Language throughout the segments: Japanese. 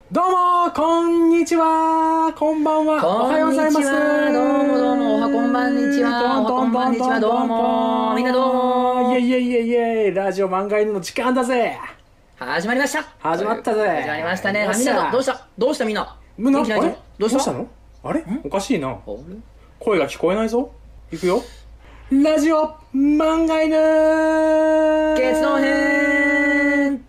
どうもこんにちは、こんばんは、おはようございます。 どうもどうも、おはこんばんにちは、おはこんばんにちは、どうも、みんなどうも。 イエイイエイイエイイエイ、ラジオ漫画犬の時間だぜ。 始まりました。 始まったぜ。 始まりましたね。みんなどうしたみんな。 みんな、あ元気ないぞれどうしたの？あれおかしいな。 あれ声が聞こえないぞ。いくよ。ラジオ漫画犬決闘編。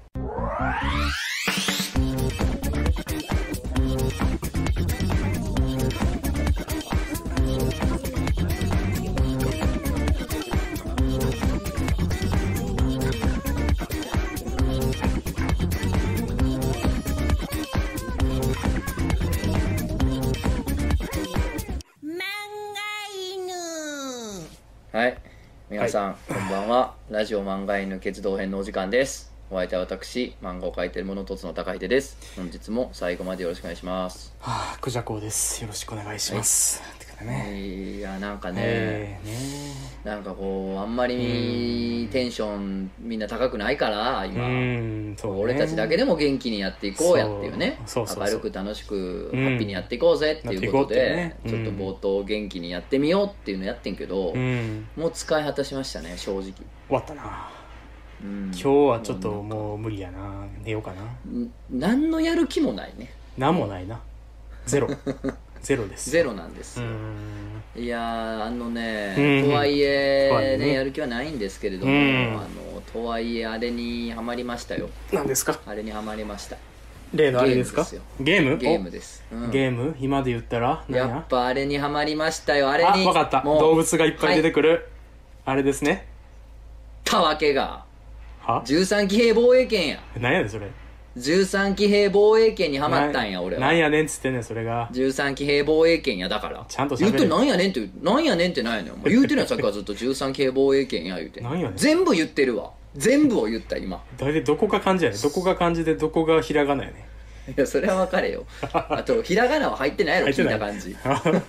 はい、皆さん、こんばんは。ラジオ漫画犬決闘編のお時間です。お相手は私、漫画を描いている者とつの高秀です。本日も最後までよろしくお願いします。 はあ、クジャコウです。よろしくお願いします。ってかね。 いや、なんかね、なんかこうあんまりテンションみんな高くないから今、 そうね、 俺たちだけでも元気にやっていこうやっていうね、 そう明るく楽しくハッピーにやっていこうぜっていうことで、ちょっと冒頭元気にやってみようっていうのやってんけど、もう使い果たしましたね、正直。終わったな。今日はちょっともう無理やな。寝ようかな。 何のやる気もないね。 何もないな。ゼロゼロです。 ゼロなんですよ。いやーとはいえね、やる気はないんですけれども、とはいえあれにハマりましたよ。 何ですか？ あれにハマりました。 例のあれですか？ゲーム？ ゲームです、 ゲーム？今で言ったらやっぱあれにハマりましたよ。あれに。 分かった。動物がいっぱい出てくる、あれですね。 たわけがは 13騎兵防衛権や。 何やねんそれ。 13騎兵防衛権にハマったんや俺は。 なんやねんっつってんねんそれが。 13騎兵防衛権や。だからちゃんと喋れ。 言ってなんやねんってなんやねんってなんやねん。お前言うてるやんさっきからずっと13騎兵防衛権や言うて。 なんやねん。 全部言ってるわ。全部を言った今。 大体どこが漢字やねん。どこが漢字でどこがひらがなやねん。 いやそれは分かれよ。あとひらがなは入ってないやろ。聞いた感じ。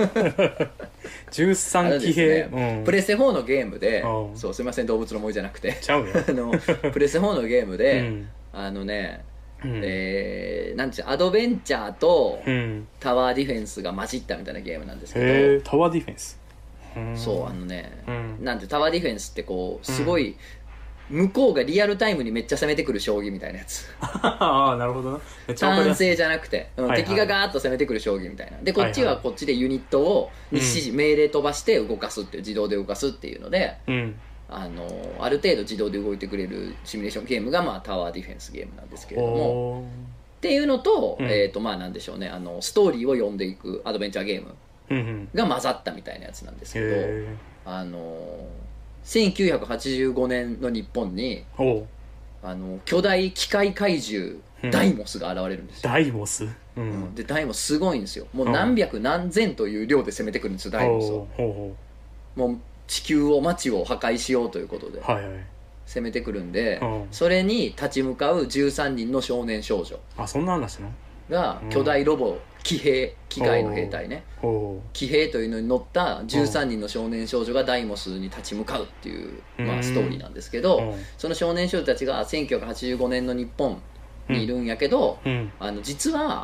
13騎兵、 プレステ4のゲームで、そうすいません動物の森じゃなくてちゃうよプレステ4のゲームで、なんていうアドベンチャーとタワーディフェンスが混じったみたいなゲームなんですけど、 タワーディフェンス、 そうなんてタワーディフェンスってこうすごい、向こうがリアルタイムにめっちゃ攻めてくる将棋みたいなやつ。 ああなるほどな。めっちゃ単性じゃなくて、敵がガーッと攻めてくる将棋みたいな。でこっちはこっちでユニットを指示、命令飛ばして動かすっていう、自動で動かすっていうので、ある程度自動で動いてくれるシミュレーションゲームが、タワーディフェンスゲームなんですけれども、っていうのと、なんでしょうね、ストーリーを読んでいくアドベンチャーゲームが混ざったみたいなやつなんですけど、1985年の日本に巨大機械怪獣ダイモスが現れるんですよ。 ダイモス、 でダイモスすごいんですよ。もう何百何千という量で攻めてくるんですよ、ダイモスを。もう地球を街を破壊しようということで攻めてくるんで、それに立ち向かう13人の少年少女が巨大ロボ騎兵、機械の兵隊ね、騎兵というのに乗った13人の少年少女がダイモスに立ち向かうっていう、ストーリーなんですけど、その少年少女たちが1985年の日本にいるんやけど、実は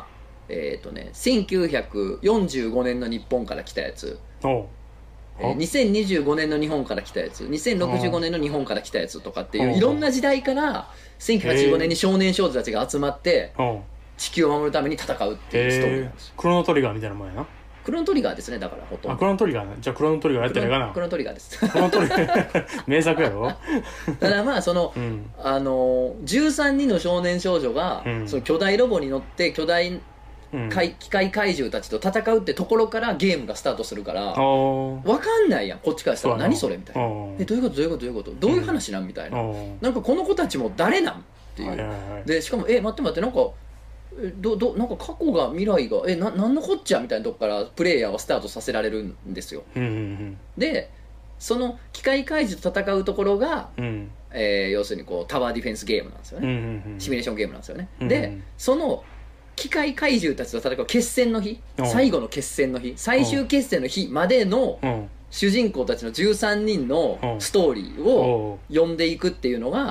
1945年の日本から来たやつ、2025年の日本から来たやつ、2065年の日本から来たやつとかっていういろんな時代から1985年に少年少女たちが集まって地球を守るために戦うっていうストーリーなんですよ。 クロノトリガーみたいなもんやな。 クロノトリガーですね。だからほとんどクロノトリガーな。じゃあクロノトリガーやってないかな。 クロノトリガーです。 クロノトリガー名作やろ。 ただ13人の少年少女がその巨大ロボに乗って巨大機械怪獣たちと戦うってところからゲームがスタートするから分かんないやん、こっちからしたら。何それみたいな。どういうことどういうことどういうことどういう話なんみたいな。なんかこの子たちも誰なんっていう。でしかも待って待って、なんかなんか過去が未来がなんのこっちゃみたいなとこからプレイヤーをスタートさせられるんですよ。でその機械怪獣と戦うところが、要するにこうタワーディフェンスゲームなんですよね。シミュレーションゲームなんですよね。でその機械怪獣たちと戦う決戦の日、最後の決戦の日、最終決戦の日までの主人公たちの13人のストーリーを読んでいくっていうのが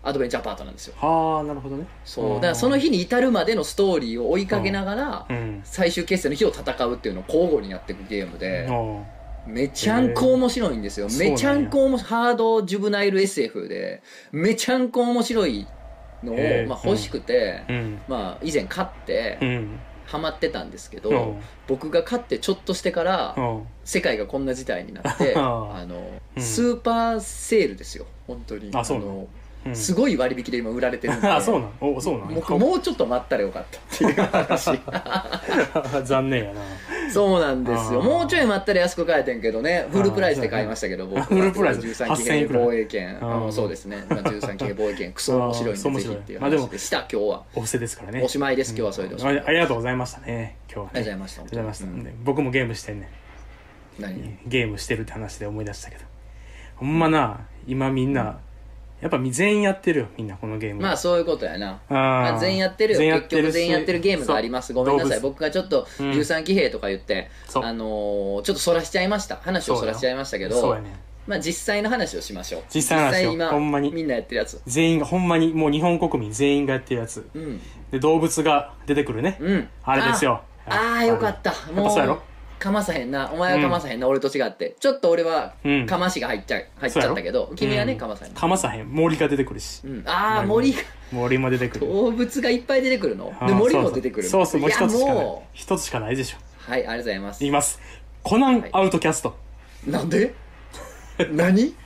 アドベンチャーパートなんですよ。 はあ、なるほどね。 そうだからその日に至るまでのストーリーを追いかけながら、最終決戦の日を戦うっていうのを交互にやっていくゲームで、めちゃんこ面白いんですよ。めちゃんこハードジュブナイル SF でめちゃんこ面白いのを、まあ、欲しくて、まあ、以前買って、ハマってたんですけど、僕が買ってちょっとしてから世界がこんな事態になってスーパーセールですよ本当に。すごい割引で今売られてるんで、 そうなんおそうなん僕もうちょっと待ったらよかったっていう話残念やな。 そうなんですよ。もうちょい待ったら安く買えてんけどね、フルプライスで買いましたけど、僕フルプライス 13騎兵防衛権、そうですね、13騎兵防衛権クソ面白いんでぜひっていう話でした。今日はお布施ですからね。 おしまいです。今日はそれでおしまい。 ありがとうございましたね。今日はありがとうございました。ありがとうございました。 僕もゲームしてんね。 何ゲームしてるって話で思い出したけど、ほんまな、今みんなやっぱ全員やってるよ、みんなこのゲーム。 まあそういうことやな。まあ、全員やってるよ。結局全員やってるゲームがあります。ごめんなさい、僕がちょっと13騎兵とか言って、ちょっとそらしちゃいました。話をそらしちゃいましたけど、まあ実際の話をしましょう。 実際の話をほんまにみんなやってるやつ、 全員がほんまにもう日本国民全員がやってるやつ、で動物が出てくるね、あれですよ。 ああよかった。もうかまさへんな、お前はかまさへんな、俺と違ってちょっと俺はかましが入っちゃったけど、君はねかまさへん。 かまさへん。森が出てくるし、 ああ森も出てくる。 動物がいっぱい出てくるので、森も出てくる。 そうそう、もう一つしかないでしょ。 はい、ありがとうございます。 言います。コナンアウトキャスト。 なんで何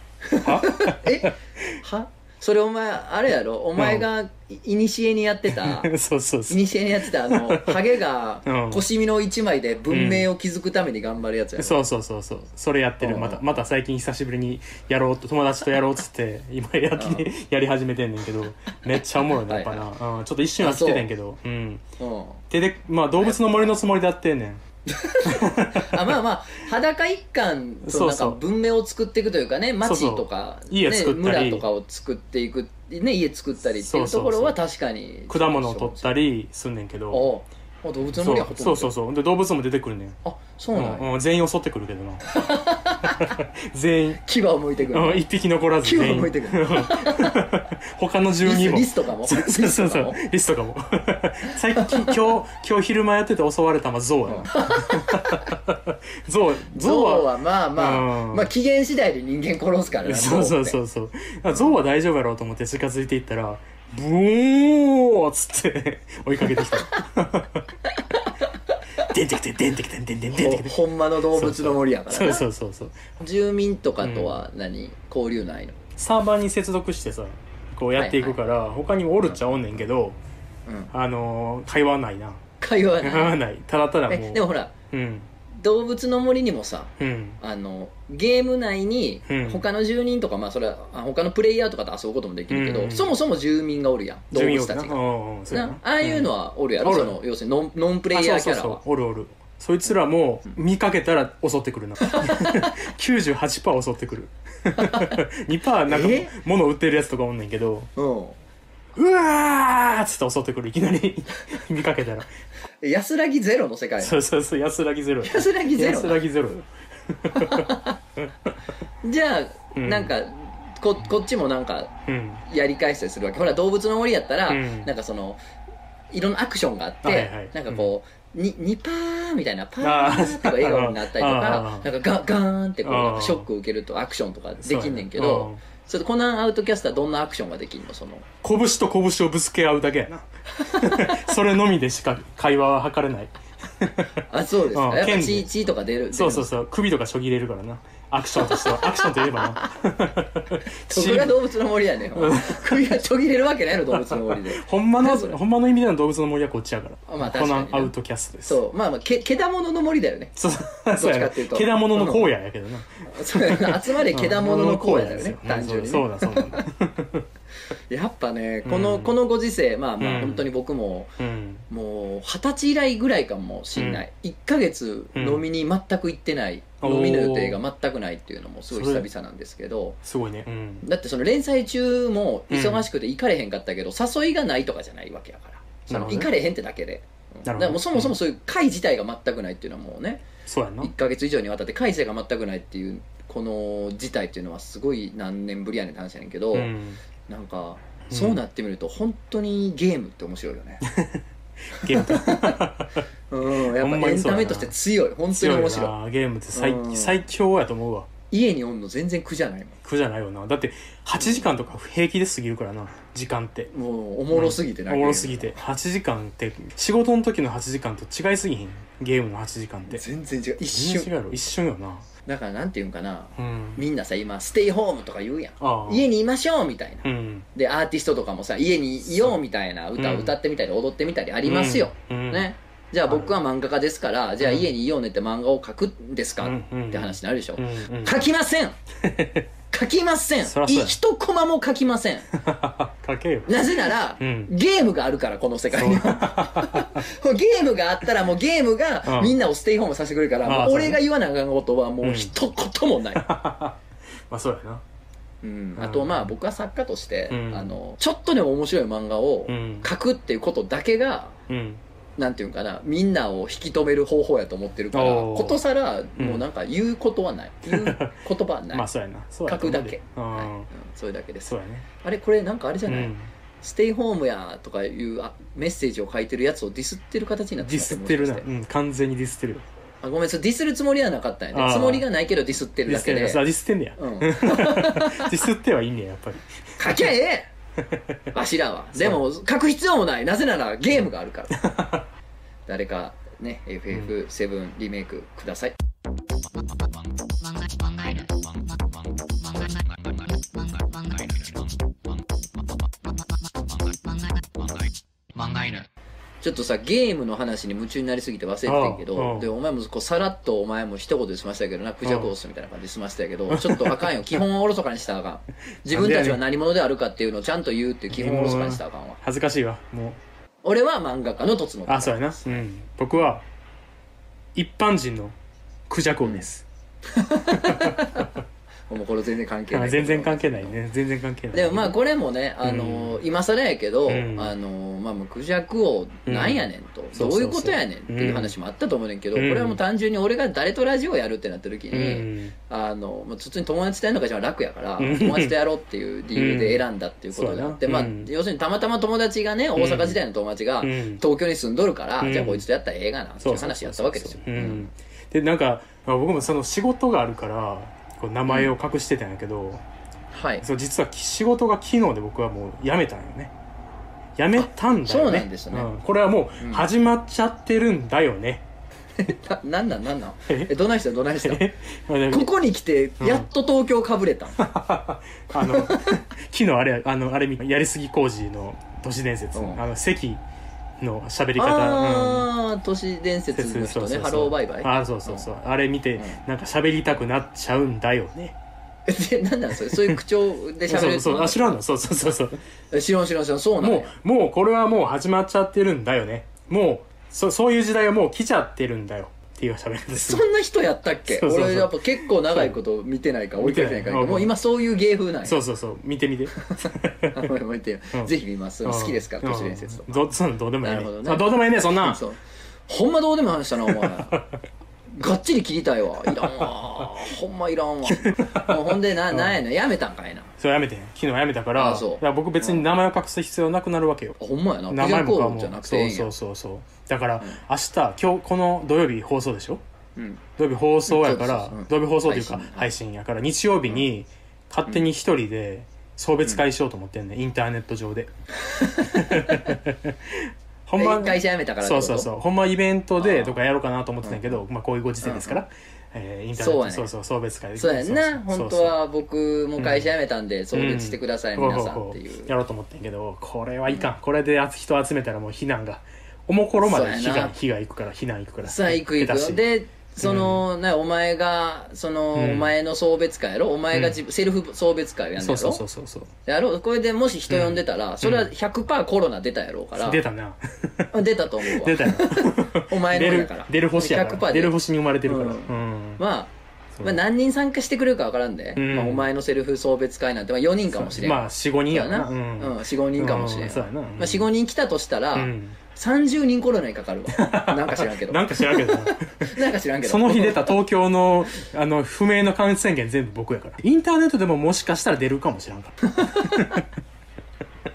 はそれお前あれやろ、お前がいにしえにやってたそうそうそう、 いにしえにやってたハゲが腰身の一枚で文明を築くために頑張るやつやろ。 そうそうそうそう、それやってる。また最近久しぶりにやろうと、友達とやろうっつって今やり始めてんねんけど、めっちゃおもろいねやっぱな。ちょっと一瞬は来ててんけど、でまあ動物の森のつもりでやってんねん。 まあまあ裸一貫となんか文明を作っていくというかね、町とか村とかを作っていくね、家作ったりっていうところは確かに果物を取ったりすんねんけど、 動物の森はほとんどそうで動物も出てくるねん。 あ、そうなんや。 全員襲ってくるけどな。全員牙を向いてくる。 一匹残らず全員牙を向いてくる。 他の住人もリスとかもリスとかも最近今日昼間やってて襲われたゾウやな。ゾウはまあ機嫌次第で人間殺すからな。 そうゾウは大丈夫やろうと思って近づいていったらブーッつって追いかけてきた。出てきてほんまの動物の森やからな。 そう住民とかとは交流ないの？ サーバーに接続してさこうやっていくから、他にもおるっちゃおんねんけど、会話ないな。 会話ない。ただただもう。 でもほら、動物の森にもさ、ゲーム内に他の住人とか、まあそれは他のプレイヤーとかと遊ぶこともできるけど、そもそも住民がおるやん、動物たちが。ああいうのはおるやろ、要するにノンプレイヤーキャラは。 おる。そいつらも見かけたら襲ってくるな。98% 襲ってくる。2% なんか物売ってるやつとかおんねんけど、うわーっつって襲ってくる、いきなり見かけたら。 安らぎゼロの世界。 そう安らぎゼロ。 安らぎゼロ。じゃあなんかこっちもなんかやり返したりするわけ。ほら動物の森やったらなんかそのいろんなアクションがあって、なんかこう2パーみたいなパーって笑顔になったりとか、なんかガーンってこうなんかショックを受けるとアクションとかできんねんけど、それコナンアウトキャスターどんなアクションができんの？ 拳と拳をぶつけ合うだけやな。それのみでしか会話は図れない。 あ、そうですか。やっぱ血とか出る。 そう首とかちょぎれるからな。アクションとしてはアクションといえばな。 そこが動物の森やねん。首がちょぎれるわけないの、動物の森で。 ほんまの意味での動物の森はこっちやから。コナンアウトキャストです。 そう、まあけだものの森だよね。 そうやな。けだものの荒野やけどな。 そうやな、集まれけだものの荒野だよね、単純に。 そうだ。 やっぱね、このご時世、まあ本当に僕ももう20歳以来ぐらいかもしんない。1ヶ月飲みに全く行ってない。飲みの予定が全くないっていうのもすごい久々なんですけど、 すごいね。 だってその連載中も忙しくて行かれへんかったけど、誘いがないとかじゃないわけやから、行かれへんってだけで、だからもうそもそもそういう会自体が全くないっていうのはもうね、1ヶ月以上にわたって会自体が全くないっていうこの事態っていうのはすごい何年ぶりやねんって話やねんけど、なんかそうなってみると本当にゲームって面白いよねゲームうん、やっぱエンタメとして強い。本当に面白い。 ゲームって最強やと思うわ。 家におんの全然苦じゃないもん。 苦じゃないよな。だって8時間とか平気で過ぎるからな、時間って。 もうおもろすぎてな、 おもろすぎて8時間って仕事の時の8時間と違いすぎひん。ゲームの8時間って全然違う。一瞬よな。 だからなんていうんかな、みんなさ今ステイホームとか言うやん。家にいましょうみたいな、でアーティストとかもさ家にいようみたいな歌を歌ってみたり踊ってみたりありますよ、ね。じゃあ僕は漫画家ですから、じゃあ家にいようねって漫画を描くんですか、って話になるでしょ。描きません描きません。一コマも描きません描けよ。 なぜなら、ゲームがあるから、この世界にはゲームがあったらもうゲームがみんなをステイホームさせてくれるから、もう俺が言わなあかんことはもう一言もないまあそうやな。あとまあ僕は作家として、ちょっとでも面白い漫画を描くっていうことだけが、なんていうんかな、みんなを引き止める方法やと思ってるから、ことさらもうなんか言うことはない、言う言葉はないまあそうやな、 書くだけ、それだけです。 そうやね。 あれこれなんかあれじゃない、ステイホームやとかいうメッセージを書いてるやつをディスってる形になってディスってるな、完全にディスってるよ。 あ、ごめん、それディスるつもりはなかったんやね。つもりがないけどディスってるだけで。 ディスってんねや、ディスってはいいねや、やっぱり。 書きゃええわしらは。でも書く必要もない。なぜならゲームがあるから誰かね、FF7 リメイクください。ちょっとさ、ゲームの話に夢中になりすぎて忘れてたけど、でお前もこうさらっとお前も一言で済ませたけどな、クジャクオスみたいな感じで済ませたけど、ちょっとあかんよ。基本はおろそかにしたらあかん。自分たちは何者であるかっていうのをちゃんと言うっていう基本をおろそかにしたらあかんわ。 恥ずかしいわ、もう。 俺は漫画家のとつの。 あ、そうやな。僕は一般人のクジャクオです。 もうこれ全然関係ない。 全然関係ないね。全然関係ない。 でもまあこれもね、今更やけど、まあクジャク王なんやねんと、どういうことやねんっていう話もあったと思うねんけど、これはもう単純に俺が誰とラジオやるってなった時に、普通に友達とやるのが一番楽やから、友達とやろうっていう理由で選んだっていうことがあって、まあ要するにたまたま友達がね、大阪時代の友達が東京に住んどるから、じゃあこいつとやったらええがなっていう話やったわけですよ。 でなんか僕もその仕事があるからこう名前を隠してたんやけど、そう実は仕事が昨日で僕はもう辞めたんよね。辞めたんだよね。 そうなんですね。 これはもう始まっちゃってるんだよね。 なんなんどないしたここに来てやっと東京かぶれたん昨日あれやりすぎ工事の都市伝説、関の喋り方、 都市伝説の人ね、ハローバイバイ、 そうあれ見てなんか喋りたくなっちゃうんだよね。 なんなんそれ、そういう口調で喋るそう知らんの。そう知らん、そうなの。 もうこれはもう始まっちゃってるんだよね。もうそういう時代はもう来ちゃってるんだよっていう喋りです。 そんな人やったっけ？俺やっぱ結構長いこと見てないから追いかけてないから、もう今そういう芸風なんや。 そう見て見てぜひ見ます。好きですから都市伝説とか。 そんなどうでもいいね。どうでもいいね、そんなほんまどうでも話したなお前がっちり切りたいわ。いらんわ、ほんまいらんわ。ほんでなんやねん、やめたんかいな。 そうやめてん、昨日やめたから。僕別に名前を隠す必要なくなるわけよ。 ほんまやな、 名前もかも。 じゃなくてええんや。 そうだから今日この土曜日放送でしょ。土曜日放送やから、土曜日放送というか配信やから日曜日に勝手に一人で送別会しようと思ってんね、インターネット上で。ほんま会社辞めたからってこと？ そうほんまイベントでとかやろうかなと思ってたんやけど、まあこういうご時世ですから、インターネット送別会そうやんな。本当は僕も会社辞めたんで送別してください皆さんっていうやろうと思ってんけど、これはいかん。これで人集めたらもう避難がおもころまで避難行くからさあ行くでその、お前がお前の送別会やろ、お前がセルフ送別会をやんのやろ。 そうやろ。これでもし人呼んでたら、それは 100% コロナ出たやろうから。 出たな。 出たと思うわ。 出たよ。 お前のだから出る星やから。出る星に生まれてるから。 まあ何人参加してくれるか分からんで、お前のセルフ送別会なんて4人かもしれん。 まあ 4,5 人やな。 4,5 人かもしれん。4,5 人来たとしたら30人コロナにかかるわ。なんか知らんけどその日出た東京の不明の感染源全部僕やから。インターネットでももしかしたら出るかもしれんから。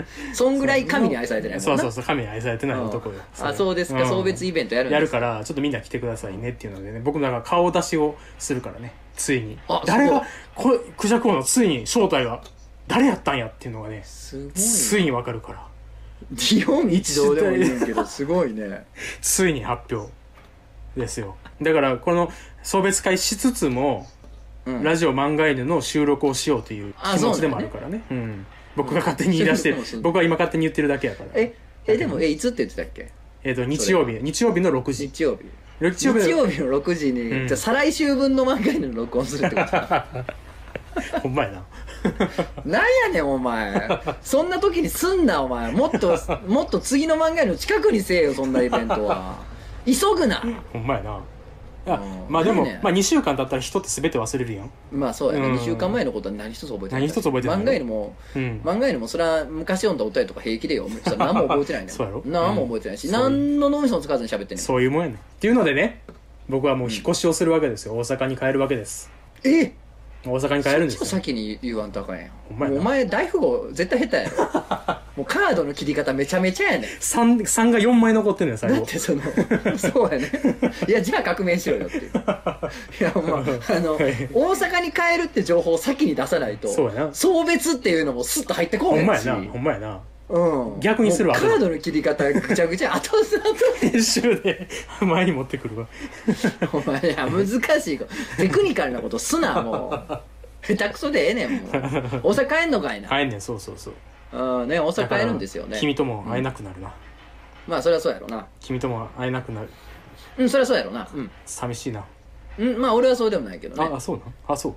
そんぐらい神に愛されてないもんな。 そう神に愛されてない男よ。 あ、そうですか。送別イベントやるんですか。 やるからちょっとみんな来てくださいねっていうのでね、僕なんか顔出しをするからね、ついに誰がこれクジャク王のついに正体が誰やったんやっていうのがね、 すごいついに分かるから。 祇園一同でもいいんけどすごいね。 ついに発表ですよ。だからこの送別会しつつも、ラジオ漫画犬の収録をしようという気持ちでもあるからね。僕が勝手に言い出してる、僕は今勝手に言ってるだけやから。 でもいつって言ってたっけ。 日曜日の6時。 日曜日の6時に、じゃあ再来週分の漫画犬の録音するってことだ。 ほんまやな。 なんやねんお前、そんな時にすんなお前。もっと次の漫画の近くにせえよ、そんなイベントは。急ぐな。 ほんまやな。まあでも、2週間経ったら人って全て忘れるやん。 まあそうやね。2週間前のことは何一つ覚えてない。 何一つ覚えてない。 漫画犬もそれは昔読んだお便りとか平気でよ。それ何も覚えてないね。 そうやろ。 何も覚えてないし、何の脳みそも使わずに喋ってんねん。 そういうもんやねんっていうのでね、僕はもう引っ越しをするわけですよ。大阪に帰るわけです。大阪に帰るんですよ。 先に言わんとあかんやん。お前大富豪絶対下手やろ。もうカードの切り方めちゃめちゃやねん。 3が4枚残ってんねん最後。 だってそうやね。いやじゃあ革命しろよっていう。いや大阪に帰るって情報を先に出さないと、 そうやな。 送別っていうのもスッと入ってこないし。 ほんまやな。逆にするわ。 カードの切り方ぐちゃぐちゃ後編集で前に持ってくるわ。 お前難しいテクニカルなことすな。もう下手くそでええねん。もう大阪帰んのかいな。 帰んねん。そうね、大阪帰るんですよね。 君とも会えなくなるな。 まあそりゃそうやろな。 君とも会えなくなる。 そりゃそうやろな。 寂しいな。 まあ俺はそうでもないけどね。 そうなん。そう。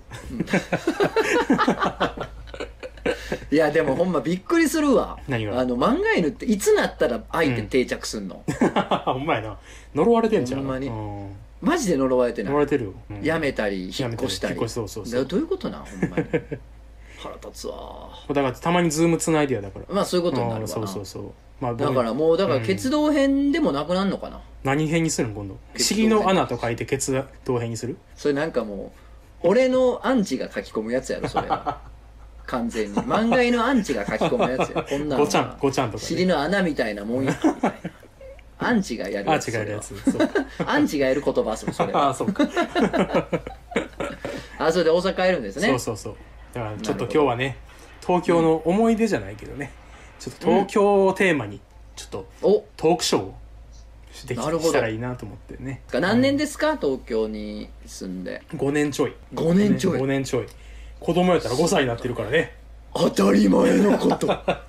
いやでもほんまびっくりするわ。 何が漫画犬っていつなったら相手定着すんの。 ほんまやな。呪われてんじゃん。 ほんまにマジで呪われてない。 呪われてるよ。 やめたり引っ越したり。どういうことなんほんまに。腹立つわ。 だからたまにズームつないでやだから。 まあそういうことになるわな。 そうだからもう結動編でもなくなるのかな。 何編にするの今度。不思議の穴と書いて結動編にする。 それなんかもう俺のアンチが書き込むやつやろそれは。完全に漫画のアンチが書き込むやつや。こんなのごちゃんとか尻の穴みたいなもんやみたいな。アンチがやるやつ。アンチがやる言葉それは。 そうか。 それで大阪帰るんですね。 そうだからちょっと今日はね、東京の思い出じゃないけどね、ちょっと東京をテーマにちょっとトークショーをしたらいいなと思ってね。 何年ですか東京に住んで。 5年ちょい。 5年ちょい。 5年ちょい。子供やったら5歳になってるからね。 当たり前のこと。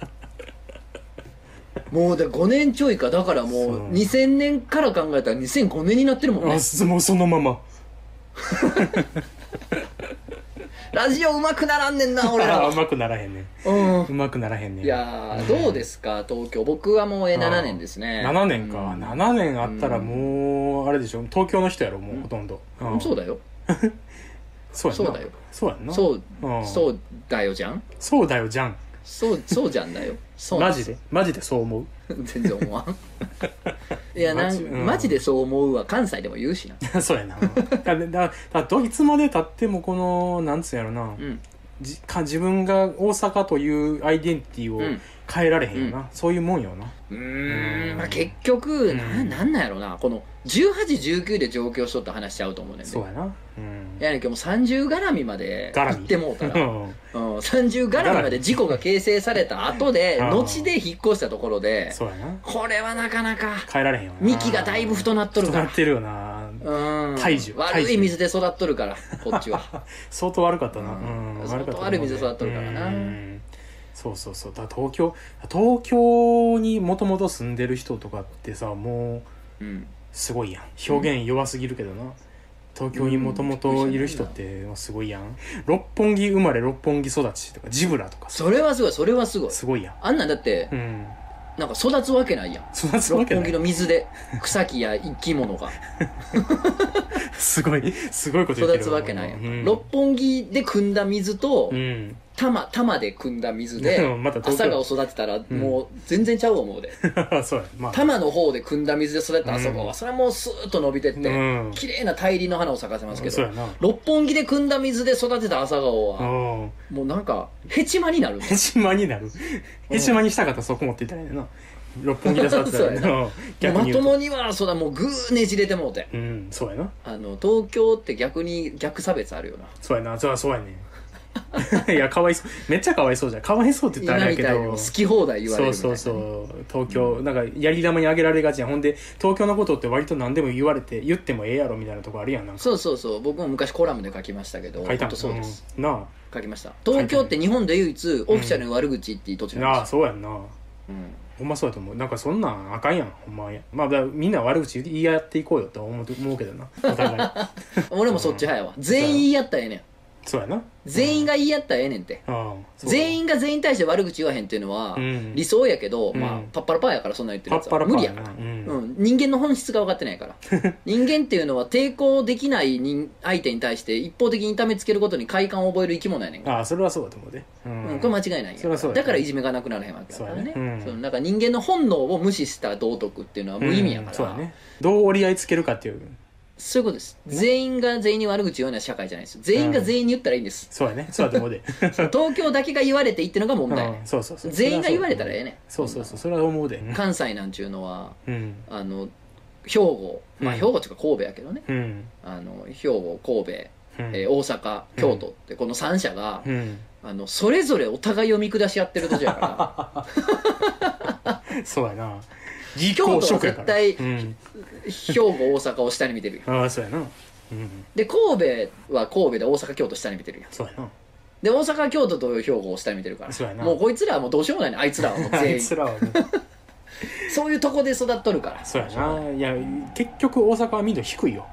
もう5年ちょいか。だからもう2000年から考えたら2005年になってるもんね。 もうそのまま。 ラジオうまくならんねんな俺ら。 うまくならへんねん。うまくならへんねん。 いやどうですか東京。僕はもう7年ですね。 7年か。7年あったらもうあれでしょ、東京の人やろもうほとんど。 そうだよ。そうだよ。 そうやんな。 そうだよじゃん。 そうだよじゃん。 そうじゃんだよ。 マジでそう思う。 全然思わん。いやマジでそう思うは関西でも言うしな。 そうやな。いつまでたってもこのなんつうんやろな、自分が大阪というアイデンティティを変えられへんよな、そういうもんよな。 まあ結局なんなんやろな、この18、19で上京しとった話しちゃうと思うねんね。 そうやな。 やねんけども30絡みまで行ってもうたら30絡みまで自己が形成された後で後で引っ越したところで、 そうやな、 これはなかなか変えられへんよな。 幹がだいぶ太なっとるから。 太なってるよな。体重悪い水で育っとるからこっちは。 相当悪かったな。 相当悪い水で育っとるからな。 そうだから東京にもともと住んでる人とかってさ、もうすごいやん。表現弱すぎるけどな。東京にもともといる人ってすごいやん。六本木生まれ六本木育ちとかジブラとか。 それはすごい。それはすごい。 すごいやん。 あんなんだってなんか育つわけないやん。 育つわけない。 六本木の水で草木や生き物がすごいこと言ってる。 育つわけないやん。六本木で汲んだ水と玉で汲んだ水で朝顔育てたらもう全然ちゃう思うでそうや、まあ、 玉の方で汲んだ水で育てた朝顔はそれはもうスーッと伸びてって綺麗な大輪の花を咲かせますけど、六本木で汲んだ水で育てた朝顔はもうなんかヘチマになるヘチマにしたかったらそこ持っていったらいいな。六本木で育てたらいいなまともにはそうだ、もうグーねじれてもうて、 そうやな。 東京って逆差別あるよな。 そうやな、そうやねいや、かわいそう、めっちゃかわいそうじゃん。かわいそうって言ったらあれやけど、 今みたいに好き放題言われるみたいな、 そう東京、なんかやり玉にあげられがちやん。ほんで東京のことって割と何でも言ってもええやろみたいなとこあるやん。なんかそう僕も昔コラムで書きましたけど、 書いたんそうです、 なあ、 書きました。東京って日本で唯一オフィシャルに悪口っていい土地なんですよ。 そうやんな。ほんまそうやと思う。なんかそんなんあかんやん、ほんまや。まあみんな悪口言い合っていこうよと思うけどな、お互い俺もそっち派やわ。全員言い合ったらええねん。 そうやな。 全員が言い合ったらええねんって。全員が全員に対して悪口言わへんっていうのは理想やけど、まあパッパラパーやからそんな言ってるやつは無理やから。人間の本質が分かってないから人間っていうのは抵抗できない相手に対して一方的に痛めつけることに快感を覚える生き物やねんから。 それはそうだと思うで。 これ間違いないやん。だからいじめがなくならへんわけだからね。なんか人間の本能を無視した道徳っていうのは無意味やから。 どう折り合いつけるかっていう、 そういうことです。全員が全員に悪口言うような社会じゃないです。全員が全員に言ったらいいんです。 そうやね。そうだと思うで。 東京だけが言われていってのが問題。全員が言われたらええね。 そうそれは思うで。 関西なんちゅうのは兵庫、まあ兵庫っていうか神戸やけどね、兵庫、神戸、大阪、京都ってこの3社がそれぞれお互いを見下し合ってる土地やからそうやな。 京都は絶対兵庫、大阪を下に見てるよ。 そうやな。 で神戸は神戸で大阪、京都下に見てるよ。 そうやな。 で大阪、京都と兵庫を下に見てるから、もうこいつらはもうどうしようもないね。あいつらはもう全員あいつらはねそういうとこで育っとるから。 そうやな。いや結局大阪は民度低いよ。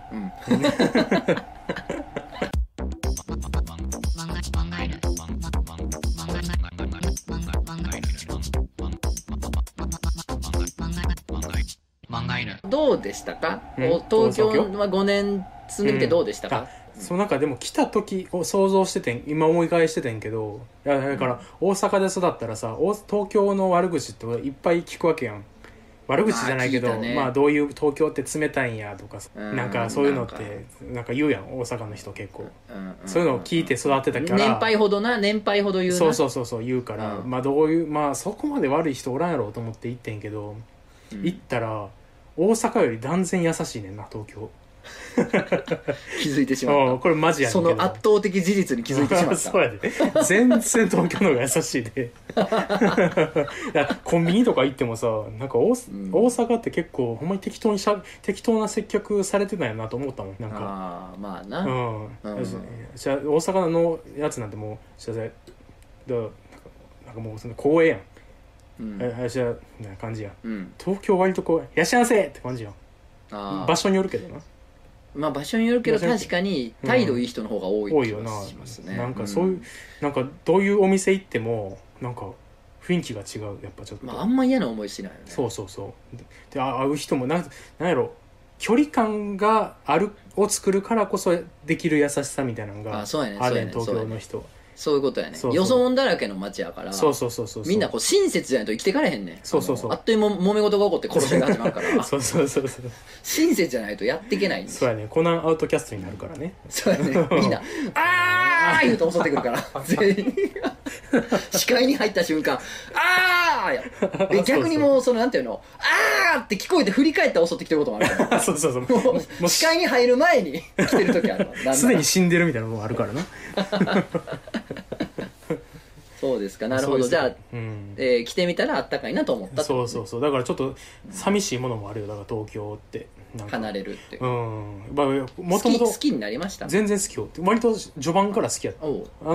どうでしたか？東京は5年住んでみてどうでしたか？ そう、なんかでも来た時を想像してて、今思い返しててんけど、だから大阪で育ったらさ、東京の悪口っていっぱい聞くわけやん。悪口じゃないけど、まあどういう東京って冷たいんやとか、なんかそういうのってなんか言うやん、大阪の人結構。そういうのを聞いて育ってたから。 年配ほど言うな。 そう言うから、まあまあそこまで悪い人おらんやろうと思って行ってんけど、行ったら大阪より断然優しいねんな、東京。 気づいてしまった。 これマジやねんけど、 その圧倒的事実に気づいてしまった。 そうやで。全然東京の方が優しいでコンビニとか行ってもさ、なんか大阪って結構ほんまに適当な接客されてたんやなと思ったもん。なんかまあな、 大阪のやつなんてもうなんかもうその光栄やん。私はな感じや、東京割とこういらっしゃいませって感じやん。場所によるけどな。 まあ場所によるけど確かに態度いい人の方が多い気がしますね。 なんかそういう、なんかどういうお店行ってもなんか雰囲気が違う、やっぱちょっと。 まああんま嫌な思いしないよね。 そうで会う人もなんやろ、距離感がを作るからこそできる優しさみたいなのがあるねん、東京の人は。 そういうことやね。よそ者だらけの街やから、みんなこう親切じゃないと生きてかれへんねん。あっという間揉め事が起こって殺しが始まるからそう親切じゃないとやっていけないんです。 そうやね。コナンアウトキャストになるからね。 そうやね。みんなあー言うと襲ってくるから全員視界に入った瞬間あーや逆にもうなんていうの、あーって聞こえて振り返って襲ってきてることもあるからもう視界に入る前に来てる時あるわ。 すでに死んでるみたいなのもあるからなそうですか。なるほど。じゃあ、来てみたらあったかいなと思ったってことね。 そうだからちょっと寂しいものもあるよ。だから東京ってなんか離れるってまあもともと好きになりました。 全然好きよ。割と序盤から好きやった。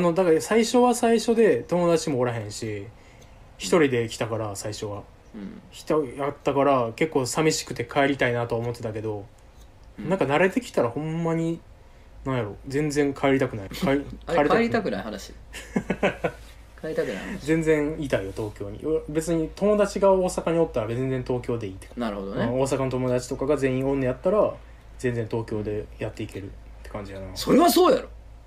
だから最初は最初で友達もおらへんし、一人で来たから最初は人やったから結構寂しくて帰りたいなと思ってたけど、なんか慣れてきたらほんまになんやろ、全然帰りたくない。帰りたくない話帰りたくない話。 全然いたいよ東京に。別に友達が大阪におったら全然東京でいいって。 なるほどね。 大阪の友達とかが全員おんねやったら全然東京でやっていけるって感じやな。 それはそうやろ。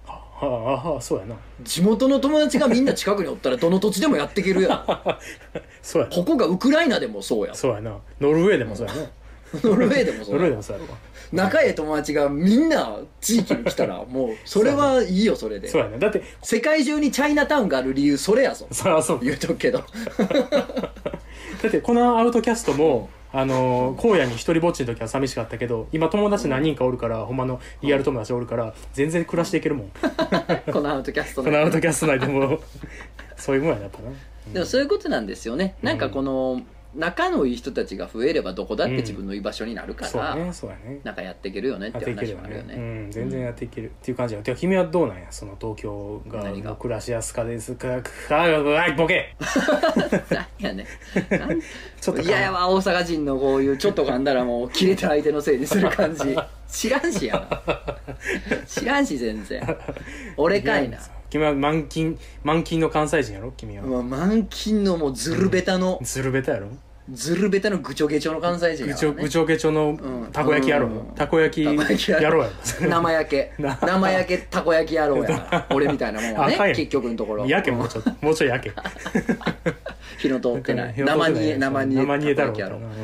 ああ、そうやな。 地元の友達がみんな近くにおったらどの土地でもやっていけるやんそうやな。 ここがウクライナでもそうやん。 そうやな。ノルウェーでもそうやな。 ノルウェーでもそうやん。 ノルウェーでもそうやろ。 仲ええ友達がみんな地域に来たらもうそれはいいよ、それで。 そうやな。だって世界中にチャイナタウンがある理由それやぞ。 そりゃそう。 言うとくけどだってこのアウトキャストも荒野に一人ぼっちの時は寂しかったけど、今友達何人かおるから、ほんまのリアル友達おるから全然暮らしていけるもんこのアウトキャストこのアウトキャスト内でもそういうもんやな、やっぱな。 でもそういうことなんですよね。なんかこの仲のいい人たちが増えればどこだって自分の居場所になるから、 そうやね。 なんかやっていけるよねっていう話もあるよね。 うん、全然やっていけるっていう感じや。てか君はどうなんや、その東京が何が暮らしやすかですか。ボケ何やねちょっと嫌やわ、大阪人のこういうちょっと噛んだらもう切れた相手のせいにする感じ知らんしやな知らんし全然俺かいな。 君は満勤の関西人やろ君は。 満勤のもうズルベタの、 ズルベタやろ。 ズルベタのぐちょげちょの関西人やからね。 ぐちょげちょのたこ焼きやろう、たこ焼きやろうや生焼けたこ焼きやろうやから俺みたいなもんはね結局のところ焼けもうちょい焼け火の通ってない生煮えだろう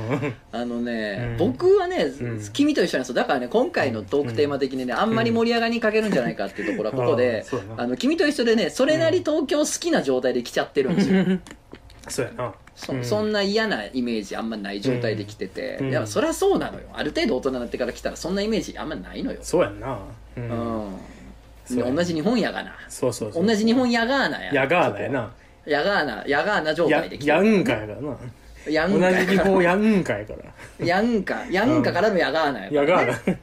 僕はね君と一緒なんですよ。だからね今回のトークテーマ的にねあんまり盛り上がりに欠けるんじゃないかっていうところはここで君と一緒でねそれなり東京好きな状態で来ちゃってるんですよ。 そうやな。 そんな嫌なイメージあんまない状態で来てて、いやそりゃそうなのよ。ある程度大人になってから来たらそんなイメージあんまないのよ。 そうやんな。 同じ日本やがな。 そう同じ日本やがーなや。 やがーなやな。 やがーな状態で来てる。 やんかやからな。同じ日本やんかやから。やんかからのやがーなやからね。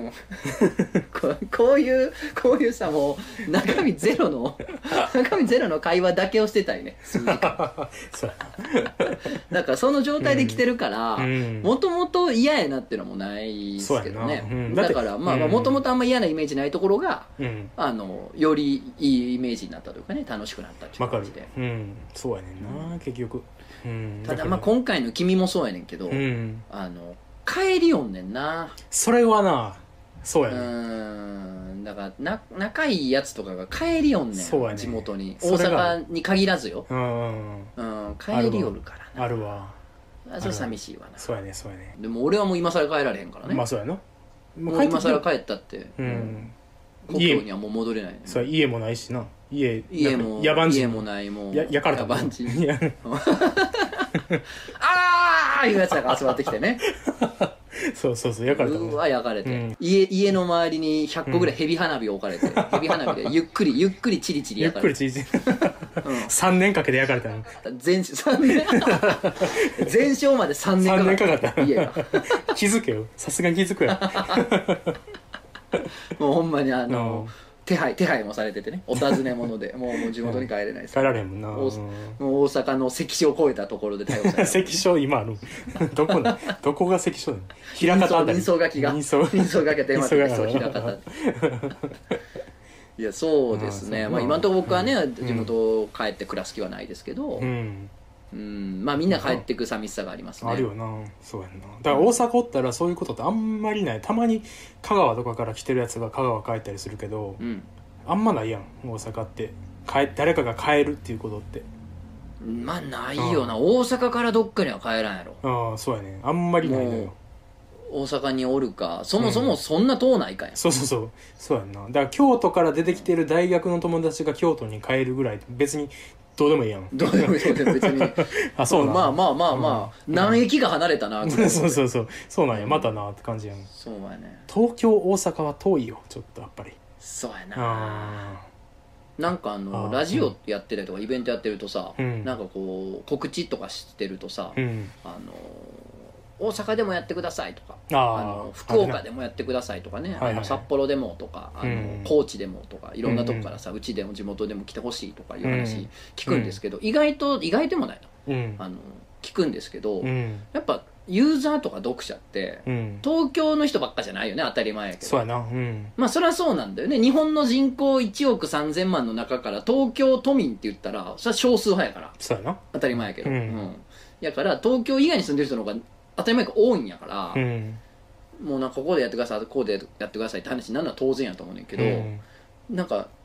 こういうさもう中身ゼロの会話だけをしてたいね。数時間そうだからその状態で来てるからもともと嫌やなっていうのもないですけどね。だからもともとあんま嫌なイメージないところがよりいいイメージになったというかね、楽しくなったっていう感じで。 そうやねんな結局。 ただ今回の君もそうやねんけど帰りよんねんな。 それはなそうやね。 だから仲いいやつとかが帰りよんねん、地元に。大阪に限らずよ。帰りよるからな。 あるわ。 それ寂しいわな。 そうやね。 でも俺はもう今更帰られへんからね。 まあそうやな。 もう今更帰ったって故郷にはもう戻れない。 そう家もないしな。家も野蛮人。 家もないもん。 焼かれた野蛮人。ああいうやつらが集まってきてね。 そう焼かれた。 うわ焼かれて、家の周りに100個ぐらいヘビ花火置かれて、ヘビ花火でゆっくりチリチリ焼かれて、 3年かけて焼かれたの。 全焼まで3年かかった。家が気づけよ、さすがに気づくやもうほんまに手配もされててね、お尋ね者でもう地元に帰れないです。 帰られへんもんな。 もう大阪の関所を越えたところで逮捕された。 関所今あるどこが関所なの。平方あたり。 人相書きが手間でそう平方。いやそうですね。今のところ僕はね地元帰って暮らす気はないですけど、まあみんな帰ってく寂しさがありますね。 あるよな。そうやんな。だから大阪おったらそういうことってあんまりない。たまに香川とかから来てるやつが香川帰ったりするけど、あんまないやん大阪って。誰かが帰るっていうことって。 まあないよな。大阪からどっかには帰らんやろ。 そうやね。あんまりないのよ。 大阪におるか、そもそもそんな遠ないかや。 そうやんな。だから京都から出てきてる大学の友達が京都に帰るぐらい別にどうでもいいやん。 どうでもいい別にそうなん。 まあ何駅が離れたな。 そうなんや。またなって感じやん。 そうやね。 東京大阪は遠いよちょっとやっぱり。 そうやな。なんかラジオやってたりとかイベントやってるとさ、なんかこう告知とかしてるとさ、大阪でもやってくださいとか、福岡でもやってくださいとかね、札幌でもとか高知でもとかいろんなとこからさ、うちでも地元でも来てほしいとかいう話聞くんですけど、意外でもないの、聞くんですけど、やっぱユーザーとか読者って、東京の人ばっかじゃないよね。当たり前やけど。 そうやな。 まあそりゃそうなんだよね。日本の人口1億3000万の中から東京都民って言ったらそれは少数派やから。 そうやな。 当たり前やけど。やから東京以外に住んでる人の方が当たり前が多いんやから、もうなんかここでやってください、ここでやってくださいって話になるのは当然やと思うねんけど、なんか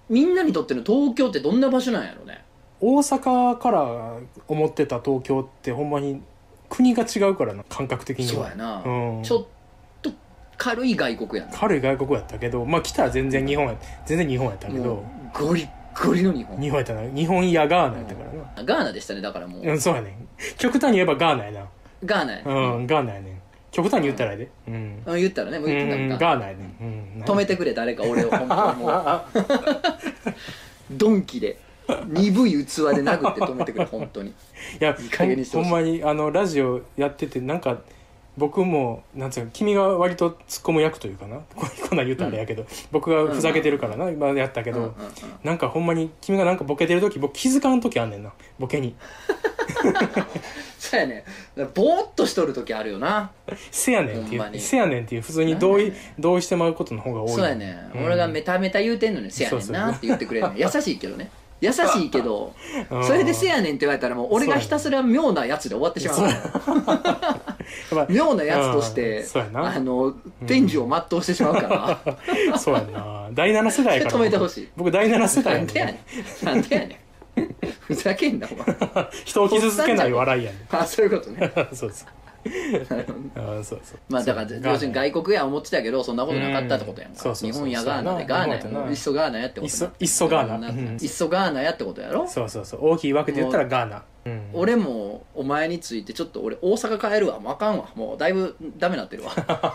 みんなにとっての東京ってどんな場所なんやろね。 大阪から思ってた東京ってほんまに国が違うからな、感覚的には。 そうやな、ちょっと軽い外国やな。 軽い外国やったけど、まあ来たら全然日本やったけど、 ゴリッゴリの日本やったな。日本やガーナやったからな。 ガーナでしたね。だからもう、 そうやねん。極端に言えばガーナやな。 ガーナや、 ガーナやねん。極端に言ったらやで、 言ったらね、もう言ってたんか、 ガーナやねん、 止めてくれ誰か俺を、本当にもうドンキで鈍い器で殴って止めてくれ本当に。いやほんまにラジオやっててなんか僕もなんつうか君が割と突っ込む役というかな、こんなん言うとあれやけど、僕がふざけてるからな、今やったけど、なんかほんまに君がなんかボケてる時僕気づかん時あんねんな、ボケに。 そうやね、ぼーっとしとる時あるよな。 せやねんっていう普通に同意してまうことの方が多い。 そうやね、俺がメタメタ言うてんのにせやねんなって言ってくれるの優しいけどね、優しいけどそれでせやねんって言われたらもう俺がひたすら妙なやつで終わってしまうから妙なやつとして天寿を全うしてしまうからそうやな、第7世代やから止めてほしい。 僕第7世代やねん。なんでやねんふざけんなお前。 人を傷つけない笑いやねん。あ、そういうことね。 そうそうそうまあだから要するに外国や思ってたけどそんなことなかったってことやんか。日本やガーナでガーナや、いっそガーナやってこと。 いっそガーナ、 いっそガーナやってことやろ。 そう大きいわけで言ったらガーナ。 俺もお前についてちょっと俺大阪帰るわ、もうあかんわ、もうだいぶダメなってるわ。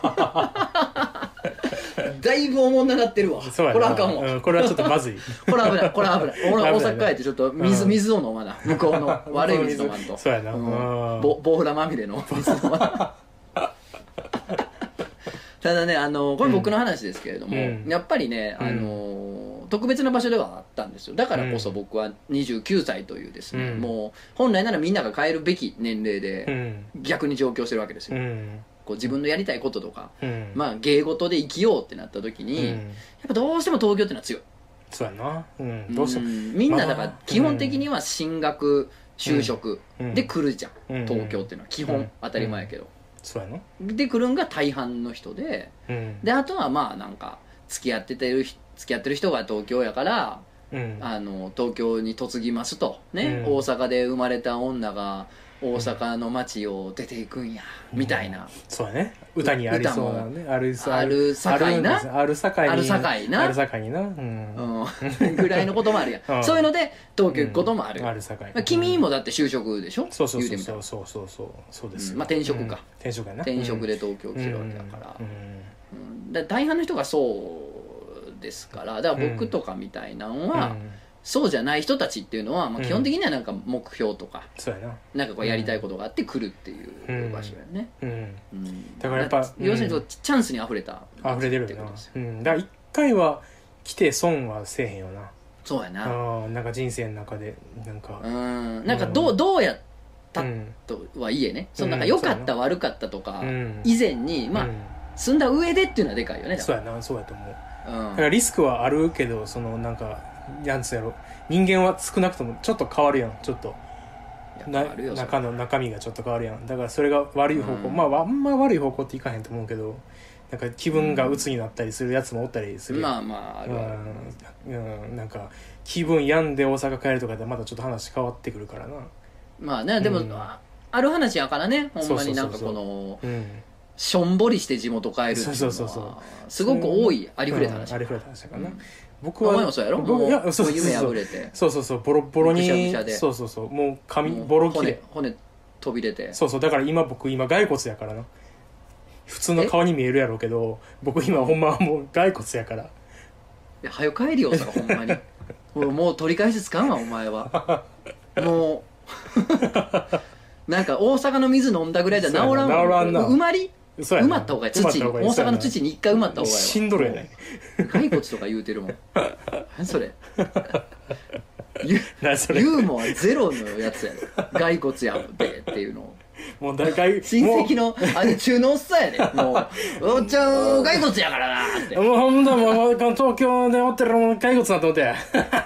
だいぶおもんななってるわ。これあかんわ、 これはちょっっとまずい。 これ危ない、これ危ない。俺大阪帰ってちょっと水を飲まな、向こうの悪い水飲まんと。 そうやな、 ボウラまみれの水飲まな。ただね、これ僕の話ですけれども、やっぱりね、特別な場所ではあったんですよ。だからこそ僕は29歳というですね、もう本来ならみんなが帰るべき年齢で逆に上京してるわけですよ。こう自分のやりたいこととか、まあ芸事で生きようってなった時に、やっぱどうしても東京ってのは強い。 そうやな、どうしてもみんなだから基本的には進学就職で来るじゃん、東京っていうのは基本当たり前やけど、 そうやな、 で来るんが大半の人で、であとはまあなんか付き合ってる人が東京やから、東京に嫁ぎますとね、大阪で生まれた女が大阪の街を出ていくんやみたいな、 そうやね、歌にありそうなね、あるさかいなぐらいのこともあるやん、そういうので東京行くこともある。君もだって就職でしょ、 そう言うてみたら、 そうです。 まあ転職か、 転職やな、 転職で東京来てるわけだから大半の人がそうですから、だから僕とかみたいなのはそうじゃない人たちっていうのは、まあ、基本的にはなんか目標とか、なんかこうやりたいことがあって来るっていう場所やね。 だからやっぱ要するにチャンスにあふれてるよな。だから一回は来て損はせえへんよな。 そうやな。 なんか人生の中でなんかどうやったとはいえね、そのなんか良かった悪かったとか以前にまあ住んだ上でっていうのはでかいよね。 そうやな、そうやと思う。だからリスクはあるけど、そのなんかなんつうやろ、人間は少なくともちょっと変わるやん、ちょっと中身がちょっと変わるやん。だからそれが悪い方向、まああんま悪い方向っていかへんと思うけど、なんか気分が鬱になったりするやつもおったりするやん。 まああるある。 なんか気分病んで大阪帰るとかでまたちょっと話変わってくるからな。 まあね、でもある話やからね、ほんまになんかこのしょんぼりして地元帰るっていうのはすごく多い、ありふれた話。 ありふれた話だからな。僕はお前もそうやろ、もう夢破れて、 ボロボロに、もう髪ボロ切れ、 骨飛び出て、 だから僕今骸骨やからな。普通の顔に見えるやろうけど、僕今ほんまはもう骸骨やから。 はよ帰りよ、ほんまに。もう取り返しつかんわお前は。もうなんか大阪の水飲んだぐらいじゃ治らんわ。埋まった方がいい。大阪の土に一回埋まった方がいいわ。 しんどるやない。 骸骨とか言うてるもん。何それ。ユーモアゼロのやつやろ。骸骨やでっていうのを。 もう親戚の中のおっさんやで。もうおっちゃん骸骨やからなって。 もうほんともう東京でおってる骸骨なと思って。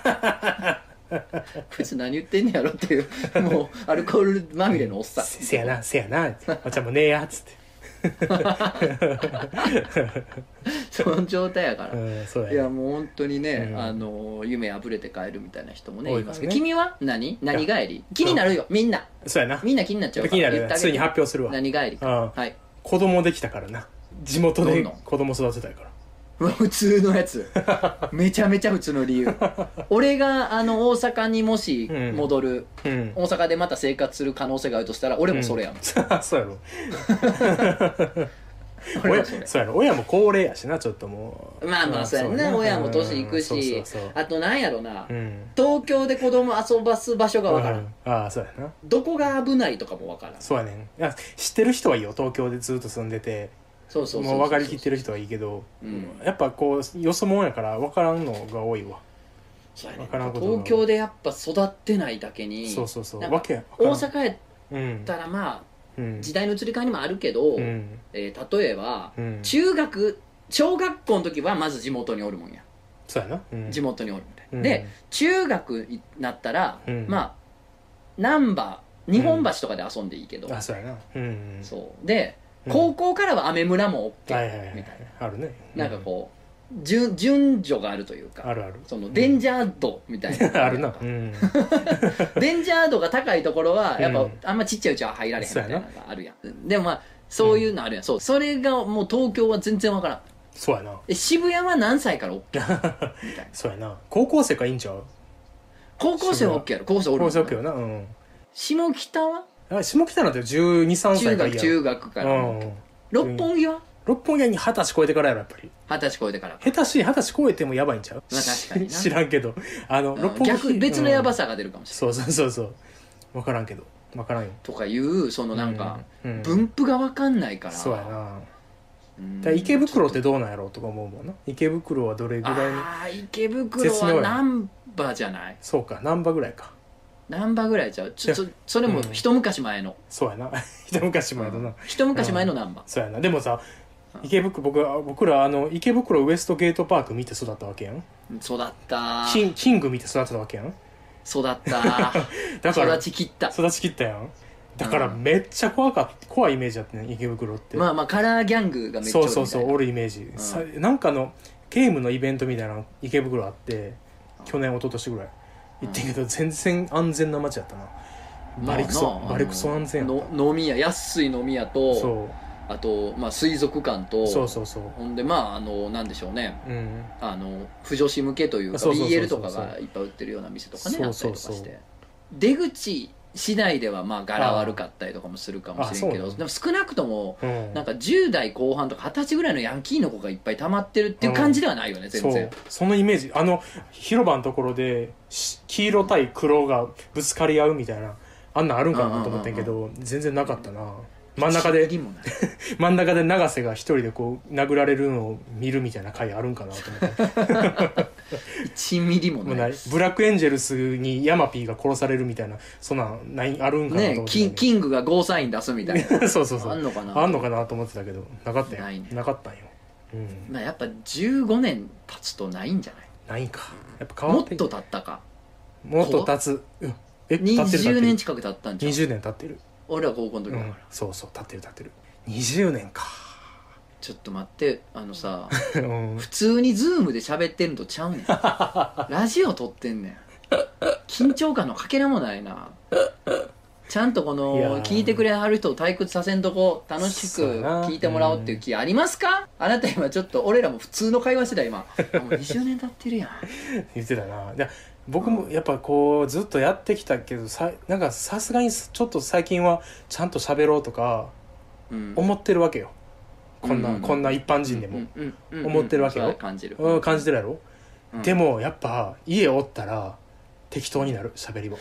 こいつ何言ってんねやろっていう、もうアルコールまみれのおっさん。 せやなおっちゃんもねえやっつって。 その状態やから、 そうやね。 いやもう本当にね、夢あぶれて帰るみたいな人もねいますけど、君は何帰り気になるよ、みんな。 そうやな。 みんな気になっちゃうから。 気になる。ついに発表するわ。 何帰りか。はい。 子供できたからな。地元で子供育てたいから。 普通のやつ。めちゃめちゃ普通の理由。俺が大阪にもし戻る、大阪でまた生活する可能性があるとしたら俺もそれやもん。 そうやろ。そうやろ。親も高齢やしな、ちょっともう。 まあまあそうやな、親も年いくし、あとなんやろな、東京で子供遊ばす場所がわからん。 ああ、そうやな。 どこが危ないとかもわからん。 そうやねん。いや、知ってる人はいいよ、東京でずっと住んでて。もう分かりきってる人はいいけど、やっぱこうよそもんやから分からんのが多いわ。 そうやね、東京でやっぱ育ってないだけに、 そう大阪やったらまあ、時代の移り変わりもあるけど、例えば、小学校の時はまず地元におるもんや。 そうやな、 地元におるみたいな。で中学になったら、まあ難波日本橋とかで遊んでいいけど、 そうやな、 そうで高校からはアメ村も OK みたいな、 あるね。 なんかこう順序があるというか、 あるそのデンジャー度みたいなあるな。 デンジャー度が高いところはやっぱあんまちっちゃいうちは入られへんみたいなのがあるやん。でもまあそういうのあるやん。そう、それがもう東京は全然わからん。 そうやな。 渋谷は何歳から OK みたいな。 そうやな。高校生からいいんちゃう？ 高校生は OK やろ。高校生おるもんな。 高校生 OK よな。 下北は下北なんて12、3歳からいいやろ。 中学から。六本木は六本木に20歳超えてからやろ、やっぱり。 20歳超えてから。 下手し20歳超えてもやばいんちゃう？ まあ確かにな。 知らんけど。六本木逆、別のやばさが出るかもしれない。 そう分からんけど。分からんよ。 とかいうそのなんか分布が分かんないから。 そうやな。池袋ってどうなんやろうとか思うもんな。池袋はどれぐらいに。 ああ、池袋は難波じゃない？ そうか、難波ぐらいか。 難波ぐらいちゃう。それも一昔前の。 そうやな。一昔前のな。 一昔前の難波。 そうやな。でもさ、池袋、僕ら池袋ウエストゲートパーク見て育ったわけやん。 育った。 キング見て育ったわけやん。 育った。だから育ちきったやん。だからめっちゃ怖いイメージあってね、池袋って。 まあまあカラーギャングがめっちゃおるみたいな。 そうおるイメージ、なんかのゲームのイベントみたいな池袋あって、去年一昨年ぐらい行ってんけど、全然安全な街やったな。バリクソ安全やった。 飲み屋、安い飲み屋と、あとまあ水族館と、ほんでまあなんでしょうね、不女子向けというか BL とかがいっぱい売ってるような店とかね、あったりとかして、出口次第ではまあ柄悪かったりとかもするかもしれんけど、でも少なくともなんか10代後半とか20歳ぐらいのヤンキーの子がいっぱい溜まってるっていう感じではないよね、全然。 そのイメージ、広場のところで黄色対黒がぶつかり合うみたいな、あんなんあるんかなと思ってんけど、全然なかったな。真ん中で永瀬が一人でこう殴られるのを見るみたいな回あるんかなと思って 1ミリもない。 ブラックエンジェルスにヤマピーが殺されるみたいな、そんなんあるんかなと思って、 ね、キングがゴーサイン出すみたいなそうあんのかなと思ってたけど、なかったよ。なかったんよ。 まあやっぱ15年経つとないんじゃない？ ないんか。やっぱ変わってもっと経ったか。 もっと経つ。 20年近く経ったんじゃん。 20年経ってる。 俺は高校の時だから、 そう経ってる20年か。 ちょっと待って、さ普通にズームで喋ってんのとちゃうねんラジオ撮ってんねん。緊張感のかけらもないな。ちゃんとこの聞いてくれはる人を退屈させんとこ楽しく聞いてもらおうっていう気ありますか？あなた今ちょっと俺らも普通の会話してた今もう20年経ってるやん言ってたな。僕もやっぱこうずっとやってきたけどなんかさすがにちょっと最近はちゃんと喋ろうとか思ってるわけよ、こんな一般人でも思ってるわけよ。 感じるやろ、でもやっぱ家おったら適当になる、喋りも。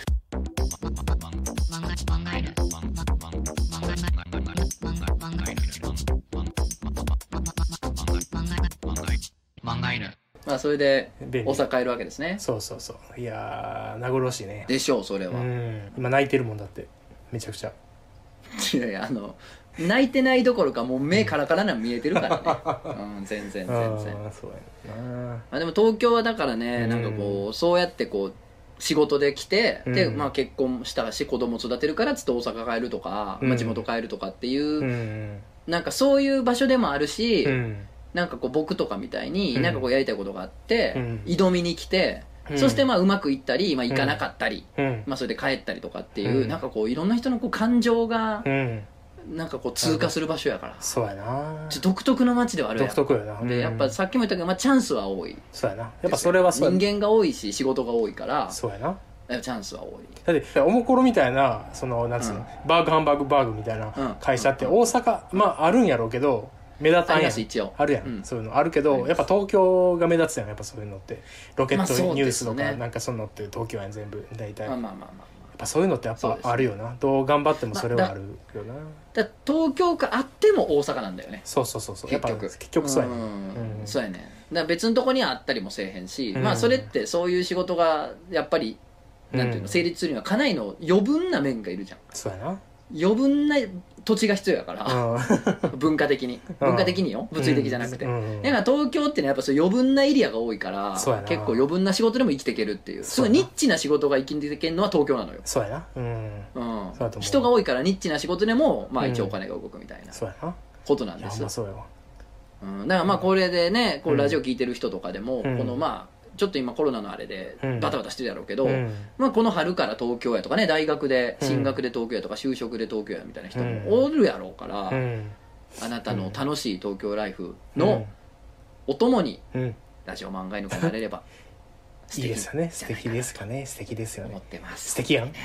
まあそれで大阪帰るわけですね。 そういやー名残惜しいね。 でしょう、それは。 今泣いてるもんだって、めちゃくちゃ。 いやいや泣いてないどころかもう目カラカラな見えてるからね全然そうやな。でも東京はだからね、なんかこうそうやってこう仕事で来て、でまあ結婚したし子供育てるからつって大阪帰るとか、まあ地元帰るとかっていう、なんかそういう場所でもあるし、 なんかこう僕とかみたいになんかこうやりたいことがあって、 うん、 挑みに来て、そしてまあうまくいったり、まあ、いかなかったり、 うんまあ、それで帰ったりとかっていう、なんかこういろんな人のこう感情がなんかこう通過する場所やから、 そうやな、 独特の街ではあるやん。 独特やな、 でやっぱさっきも言ったけど、まあ、チャンスは多い。 そうやな、やっぱそれはそう、 人間が多いし仕事が多いから、 そうやな、 チャンスは多い。 だっておもころみたいなそのなんつうの、バーグハンバーグバーグみたいな会社って大阪、まああるんやろうけど目立たんやん、あるやん、そういうのあるけど、やっぱ東京が目立つやん、やっぱそういうのって。ロケットニュースとかなんかそういうのって東京やん全部大体。やっぱそういうのってやっぱあるよな、どう頑張ってもそれはあるよな。 だ東京があっても大阪なんだよね。 そうやっぱ結局そうやね。 そうやね。だから別のとこにはあったりもせえへんし、まあそれってそういう仕事がやっぱりなんていうの、成立するにはかなりの余分な面がいるじゃん。 そうやな、 余分な土地が必要やから文化的によ、物理的じゃなくて、だから東京ってねやっぱそういう余分なエリアが多いから、結構余分な仕事でも生きていけるっていう、すごいニッチな仕事が生きていけるのは東京なのよ。 そうやな、 人が多いからニッチな仕事でもまあ一応お金が動くみたいなことなんです。 そうやわ。 だからまあこれでね、こうラジオ聞いてる人とかでも、このまあちょっと今コロナのあれでバタバタしてるやろうけど、まあこの春から東京やとかね、大学で進学で東京やとか就職で東京やみたいな人もおるやろうから、あなたの楽しい東京ライフのお供にラジオ漫画犬がなれればいいですよね。素敵ですかね。素敵ですよね。 思ってます。 素敵やん。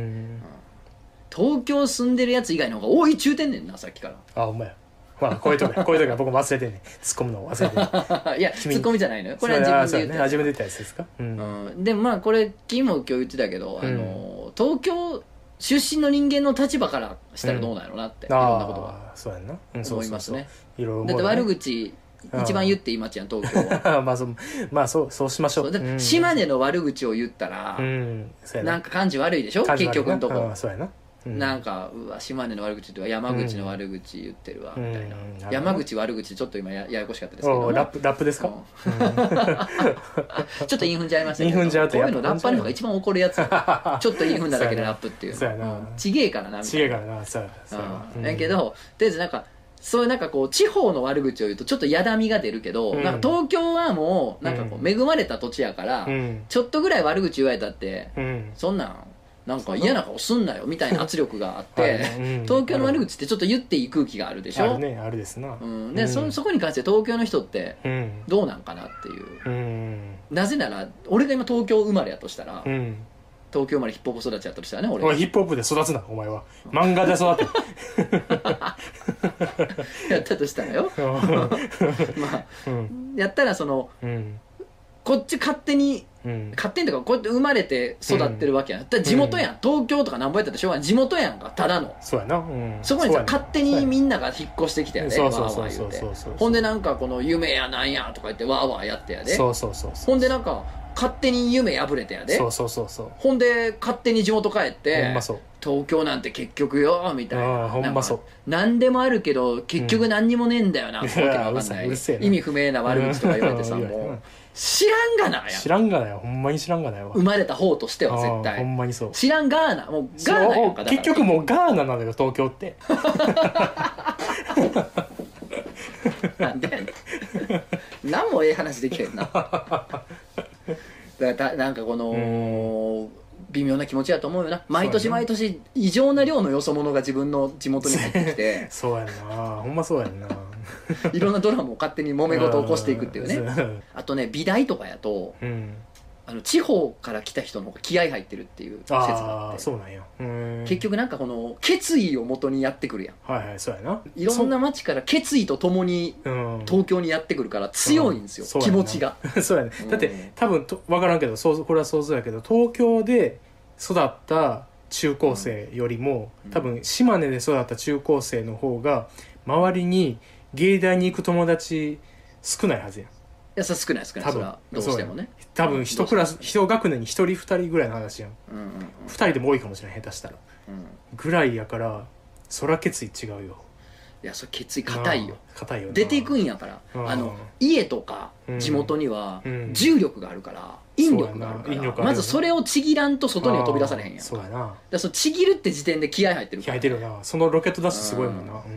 東京住んでるやつ以外の方が多いちゅうてんねんな、さっきから。 あ、ほんまや。まあこういう時は僕も忘れてんねん、突っ込むのを忘れてんねん。 いやツッコミじゃないのよ、これは自分で言ったやつ。 自分で言ったやつですか。 でもまあこれ君も今日言ってたけど、東京出身の人間の立場からしたらどうなんやろうなって、いろんなことがそうやんな、 思いますね。 だって悪口一番言っていい街やん東京は。 まあそうしましょう。 だって島根の悪口を言ったらなんか感じ悪いでしょ、結局のとこ。 そうやな、 なんかうわ島根の悪口とか山口の悪口言ってるわみたいな、山口悪口ちょっと今ややこしかったですけど、 ラップですか。 ちょっとインフンじゃいましたけど、こういうのラッパーの方が一番怒るやつ。ちょっとインフンなだけでラップっていうのちげえからなみたいな。やけどとりあえずなんかそういうなんかこう地方の悪口を言うとちょっとやだみが出るけど、なんか東京はもうなんかこう恵まれた土地やから、ちょっとぐらい悪口言われたって、そんなんなんか嫌な顔すんなよみたいな圧力があって東京の悪口ってちょっと言っていい空気があるでしょ。 あるね、あるですな。 でそこに関して東京の人ってどうなんかなっていう。なぜなら俺が今東京生まれやとしたら、東京生まれヒップホップ育ちやったとしたらね、俺ヒップホップで育つなお前は。漫画で育てやったとしたらよまあやったらそのこっち勝手に勝手にとかこうやって生まれて育ってるわけやん。だから地元やん、東京とかなんぼやったってしょうがない地元やんか、ただの。 そうやな、 そこにさ勝手にみんなが引っ越してきたやで、わーわー言うて。ほんでなんかこの夢やなんやとか言ってわーわーやってやで。ほんでなんか勝手に夢破れてやで。ほんで勝手に地元帰って東京なんて結局よみたいな、何でもあるけど結局何にもねえんだよな、わけのわかんない意味不明な悪口とか言われてさ、もう知らんがなや。 知らんがなよ、ほんまに知らんがなよ。 生まれた方としては絶対ほんまにそう。 知らんガーナ、もうガーナやんか。 結局もうガーナなのよ東京ってなんでやねん何もええ話できへんなだからなんかこの微妙な気持ちやと思うよな。毎年毎年異常な量のよそ者が自分の地元に入ってきてそうやんな、ほんまそうやんな。 いろんなドラマを勝手に揉め事を起こしていくっていうね。あとね、美大とかやと、地方から来た人の方が気合入ってるっていう説があって。 そうなんや。 結局なんかこの決意を元にやってくるやん。 そうやな。 いろんな町から決意とともに東京にやってくるから強いんですよ、気持ちが。 そうやね。だって多分分からんけど、これは想像やけど、東京で育った中高生よりも多分島根で育った中高生の方が周りに芸大に行く友達少ないはずやん。いや、少ないそれはどうしてもね。 多分一学年に1人2人ぐらいの話やん。2人でも多いかもしれない、下手したらぐらいやから、そら決意違うよ。 いや、それ決意固いよ。 固いよな。 出ていくんやから。家とか地元には重力があるから、引力があるから、まずそれをちぎらんと外には飛び出されへんやんか。 そうやな。 だからそのちぎるって時点で気合入ってるから。 入ってるな。そのロケットダッシュすごいもんな。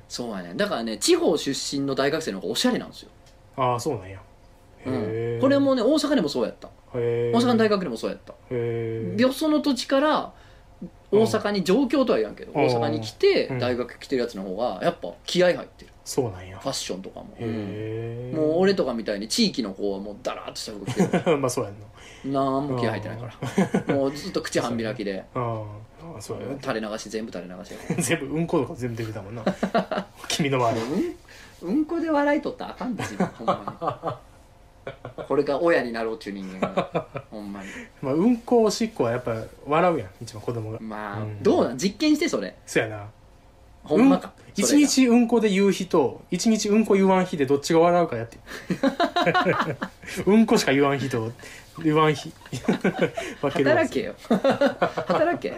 そうやね。だからね、地方出身の大学生の方がおしゃれなんですよ。 ああそうなんや。へえ、 これもね大阪でもそうやった。大阪の大学でもそうやった。よその土地から大阪に、上京とは言わんけど大阪に来て大学来てるやつの方がやっぱ気合入ってる。 そうなんや。 ファッションとかも。もう俺とかみたいに地域の子はもうダラーっとした服着てる。 まあそうやんの。 なんも気合入ってないからもうずっと口半開きでそうや、 垂れ流し、全部垂れ流し全部うんことか全部出てたもんな。君の周りうんこで笑いとったらあかんですよほんまに。これが親になろうっちゅう人間がほんまに。 まあうんこおしっこはやっぱ笑うやん一番子供が。 まあ、どうなん実験してそれ。 そうやな。 ほんまか。 一日うんこで言う日と一日うんこ言わん日でどっちが笑うかやって。うんこしか言わん日と言わん日。 働けよ。働け。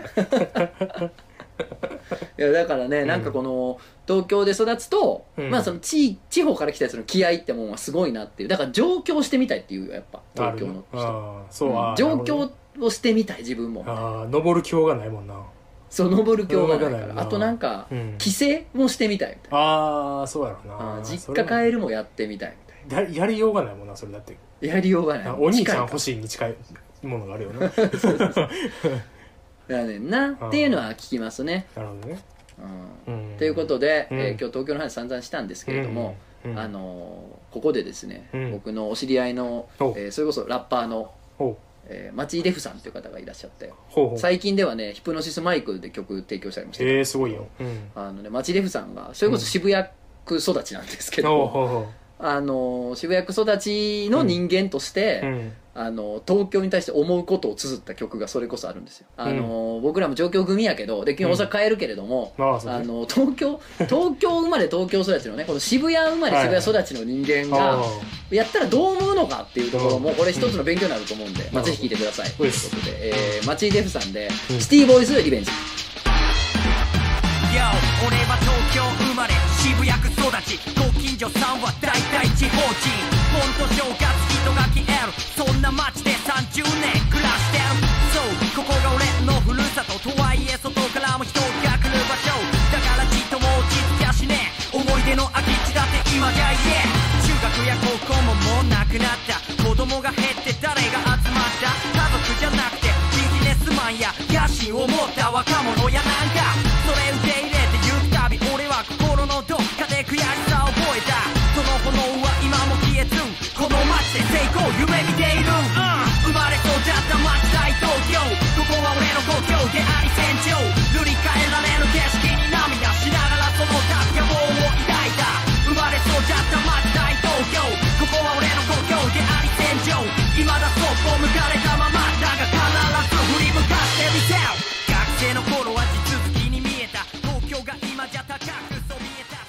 いやだからね、なんかこの東京で育つと、まあその地方から来たやつの気合ってもんはすごいなっていう。だから上京してみたいっていうやっぱ東京の人。そう上京をしてみたい自分も。 登る気がないもんな。 そう登る気がないから。あとなんか帰省もしてみたいみたいな。 ああそうやろな。 実家帰るもやってみたいみたいな。 やりようがないもんなそれだって。 やりようがない。 お兄ちゃん欲しいに近いものがあるよな。 だねんなっていうのは聞きますね。 なるほどね。 ということで、今日東京の話散々したんですけれども、ここでですね、僕のお知り合いの、それこそラッパーの町井レフさんという方がいらっしゃって、最近ではねヒプノシスマイクで曲提供されました。 すごいよ。 町井レフさんがそれこそ渋谷区育ちなんですけど、渋谷区育ちの人間として、東京に対して思うことを綴った曲がそれこそあるんですよ。僕らも上京組やけどで今日大阪帰るけれども、東京生まれ東京育ちのねこの渋谷生まれ渋谷育ちの人間がやったらどう思うのかっていうところもこれ一つの勉強になると思うんで、ぜひ聴いてください。ということで町井デフさんで「シティボーイズリベンジ」。 俺は東京生まれ渋谷区育ち、ご近所さんは大体地方人。盆と正月人が消えるそんな街で30年暮らしてる。そうここが俺のふるさととはいえ外からも人が来る場所だからちっとも落ち着きゃしねえ。思い出の空き地だって今じゃいえ。中学や高校ももうなくなった。子供が減って誰が集まった。家族じゃなくてビジネスマンや野心を持った若者やなんかそれ受け入れてゆくたび俺は心のどっかで悔しさを覚えた。その炎は今も消えずこの街で成功夢見ている。生まれ育った街大東京ここは俺の故郷であり戦場。塗り替えられる景色に涙しながらその野望を抱いた。生まれ育った街大東京ここは俺の故郷であり戦場。未だそっぽ向かれたままだが必ず振り向かってみせよ。学生の頃は地続きに見えた東京が今じゃ高くそびえた。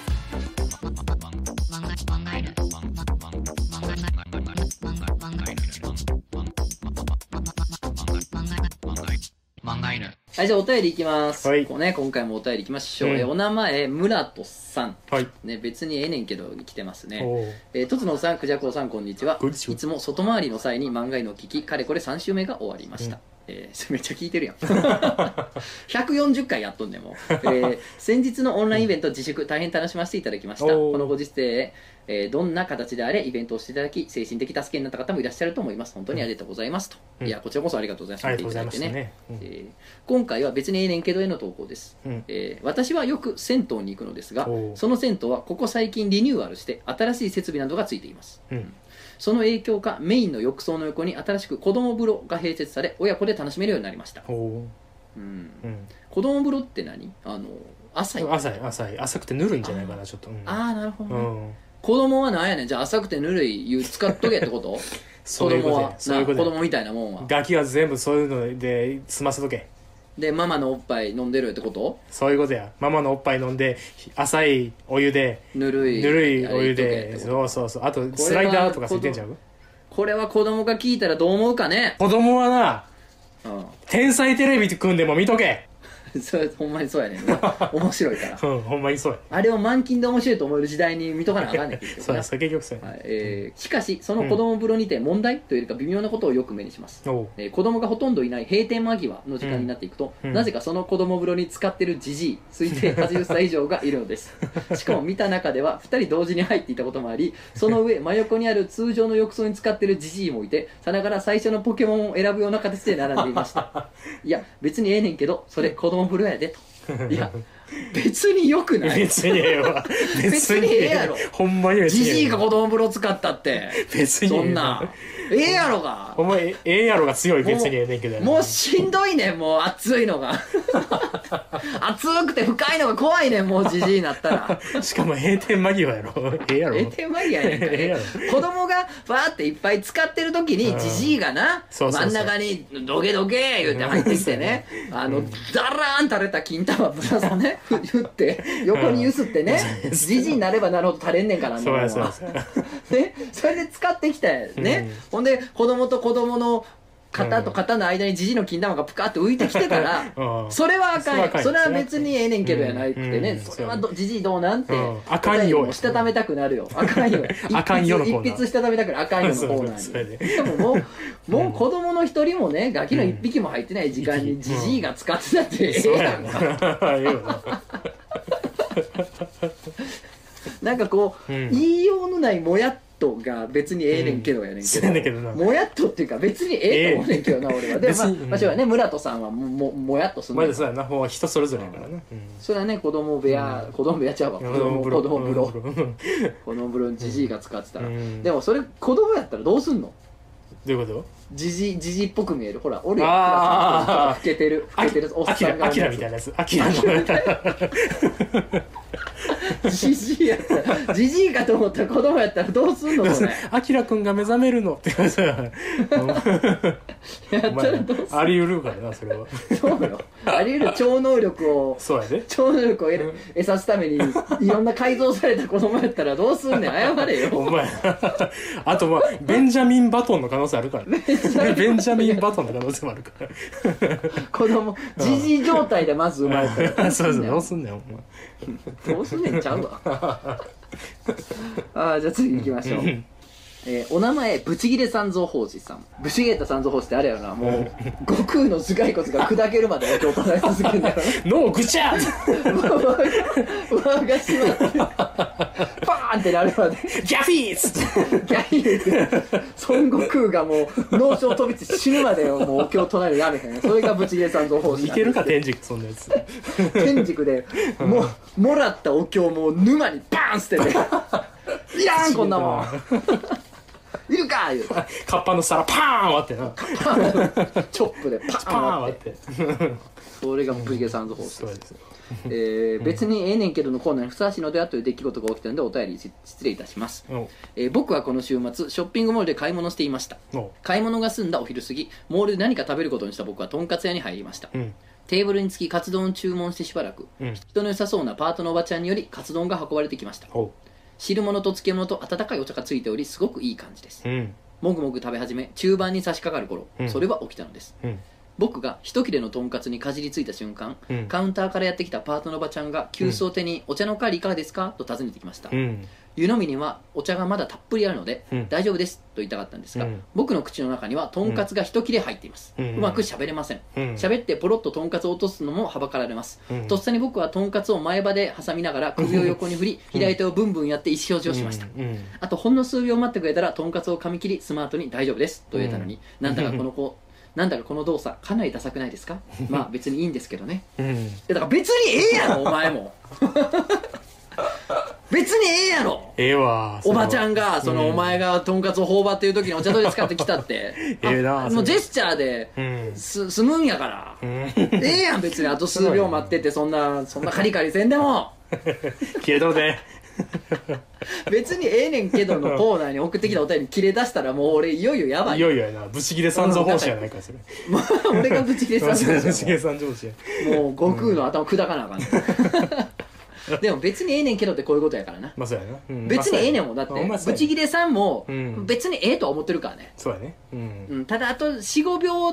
はい、じゃあお便りいきます。今回もお便りいきましょう。お名前村戸さん。別にええねんけど来てますね。とつのさん、くじゃこさん、こんにちは。いつも外回りの際に漫画の聞き、かれこれ3週目が終わりました。めっちゃ聞いてるやん。140回やっとんねんもう。先日のオンラインイベント自粛大変楽しませていただきました。このご時世どんな形であれイベントをしていただき精神的助けになった方もいらっしゃると思います。本当にありがとうございますと。いやこちらこそありがとうございます。 ありがとうございましたね。 今回は別にええねんけどへの投稿です。私はよく銭湯に行くのですがその銭湯はここ最近リニューアルして新しい設備などがついています。その影響かメインの浴槽の横に新しく子供風呂が併設され親子で楽しめるようになりました。子供風呂って何？浅くてぬるいんじゃないかなちょっと。 なるほどね。子供はなんやねん。じゃあ浅くてぬるい湯使っとけってこと？子供は子供みたいなもんはガキは全部そういうので済ませとけ。 でママのおっぱい飲んでるってこと？ そういうことや。ママのおっぱい飲んで浅いお湯でぬるいお湯でそうあとスライダーとかついてんちゃう？ これは子供が聞いたらどう思うかね。 子供はな天才テレビ組んでも見とけ。 それほんまにそうやねんな面白いから、 うん、ほんまにそうや。 あれを満勤で面白いと思える時代に見とかなあかんねん結局な。 そう結局そうや、 しかしその子供風呂にて問題というよりか微妙なことをよく目にします、子供がほとんどいない閉店間際の時間になっていくと、なぜかその子供風呂に使ってるじじい推定80歳以上がいるのですしかも見た中では2人同時に入っていたこともあり、その上真横にある通常の浴槽に使ってるじじいもいて、さながら最初のポケモンを選ぶような形で並んでいましたいや別にええねんけどそれ子供風呂やでといや別によくない？ 別にええわ別にええやろ。 ほんまに別にじじいが子供風呂使ったって別にそんなええやろが。 お前ええやろが強い。別にええねんけどもうしんどいねんもう暑いのが暑くて深いのが怖いねんもうじじいになったらしかも閉店間際やろ。ええやろ。 閉店間際やねんか、 ええやろ。 子供がバーっていっぱい使ってる時にじじいがな真ん中にどけどけ言うて入ってきてねザラーン垂れた金玉ぶらさね言って横にゆすってねじじいになればなるほど垂れんねんからそうやそうやね、それで使ってきたよね、ほんで子供と子供の肩と肩の間にじじいの金玉がプカッと浮いてきてたらそれはあかんよ。それは別にええねんけどやなくてね、それはじじいどうなんてあかんよしたためたくなるよ。あかんよあかんよのコーナー一筆したためたくなるあかんよのコーナーに。でももう子供の一人もねガキの一匹も入ってない時間にじじいが使ってたってええやんかなんかこう言いようのないもやっとが別にええねんけどやねんけど、もやっとっていうか別にええと思うねんけどな俺は。でもまあね村戸さんはもやっとすんねん。 そうやな、人それぞれやからな。 それはね子供部屋ちゃうわ、子供風呂じじいが使ってたら。でもそれ子供やったらどうすんの？ どういうこと？ じじいっぽく見える。ほら俺や老けてるおっさんがアキラみたいなやつ。アキラのじじいやったらじじいかと思ったら子供やったらどうすんのそれ。 アキラくんが目覚めるのって言われたらやったらどうすんの？ あり得るからなそれは。 そうよ、あり得る超能力を得さすためにいろんな改造された子供やったらどうすんねん。謝れよお前あとまあベンジャミンバトンの可能性あるからね。ベンジャミンバトンの可能性もあるから子供じじい状態でまず生まれたらそうどうすんねんお前。 どうすんねんちゃうわじゃあ次行きましょうお名前ブチギレ三蔵法師さん。ブチギレた三蔵法師ってあれやろな、もう悟空の頭蓋骨が砕けるまでお経を唱え続けるんだよ脳ぐちゃー輪がしまってパーンってなるまでギャフィーっつってギャフィーって孫悟空がもう脳症飛びつ死ぬまでもうお経を唱えるやめへん。それがブチギレ三蔵法師。 いけるか天竺そんなやつ。 天竺でもらったお経をもう沼にバーン捨てていらんこんなもんいるか言うカッパの皿パーン割ってなチョップでパーン割ってそれがブチギレ三蔵法師です。別にええねんけどのコーナーにふさわしいのではという出来事が起きたのでお便り失礼いたします。僕はこの週末ショッピングモールで買い物していました。買い物が済んだお昼過ぎ、モールで何か食べることにした僕はとんかつ屋に入りました。テーブルにつきカツ丼を注文してしばらく、人の良さそうなパートのおばちゃんによりカツ丼が運ばれてきました。汁物と漬物と温かいお茶がついておりすごくいい感じです。もぐもぐ食べ始め中盤に差し掛かる頃、それは起きたのです。僕が一切れのとんかつにかじりついた瞬間、カウンターからやってきたパートのおばちゃんが急須を手に、お茶のおかわりいかがですかと尋ねてきました。湯飲みにはお茶がまだたっぷりあるので、大丈夫ですと言いたかったんですが、僕の口の中にはとんかつが一切れ入っています。うまく喋れません。喋ってポロッととんかつを落とすのもはばかられます。とっさに僕はとんかつを前歯で挟みながら首を横に振り、左手をブンブンやって意思表示をしました。あとほんの数秒待ってくれたらとんかつを噛み切りスマートに大丈夫ですと言えたのに、なんだかこの動作かなりダサくないですか？まあ別にいいんですけどね。だから別にええやろお前も別にええやろ。 ええわ。 おばちゃんがお前がとんかつを頬張っていう時にお茶取り使ってきたってええな。 もうジェスチャーで済むんやからええやん別に。あと数秒待っててそんなカリカリせんでも切れとるで別にええねんけどのコーナーに送ってきたお便り切れ出したらもう俺いよいよやばい。 いよいよやな。ブチギレ三蔵法師やないかそれ俺がブチギレ三蔵法師。 ブチギレ三蔵法師や。 もう悟空の頭砕かなあかんでも別にええねんけどってこういうことやからな。 まあそうやな。 別にええねんもんだってブチギレさんも別にええとは思ってるからね。 そうやね。 ただあと 4,5 秒ね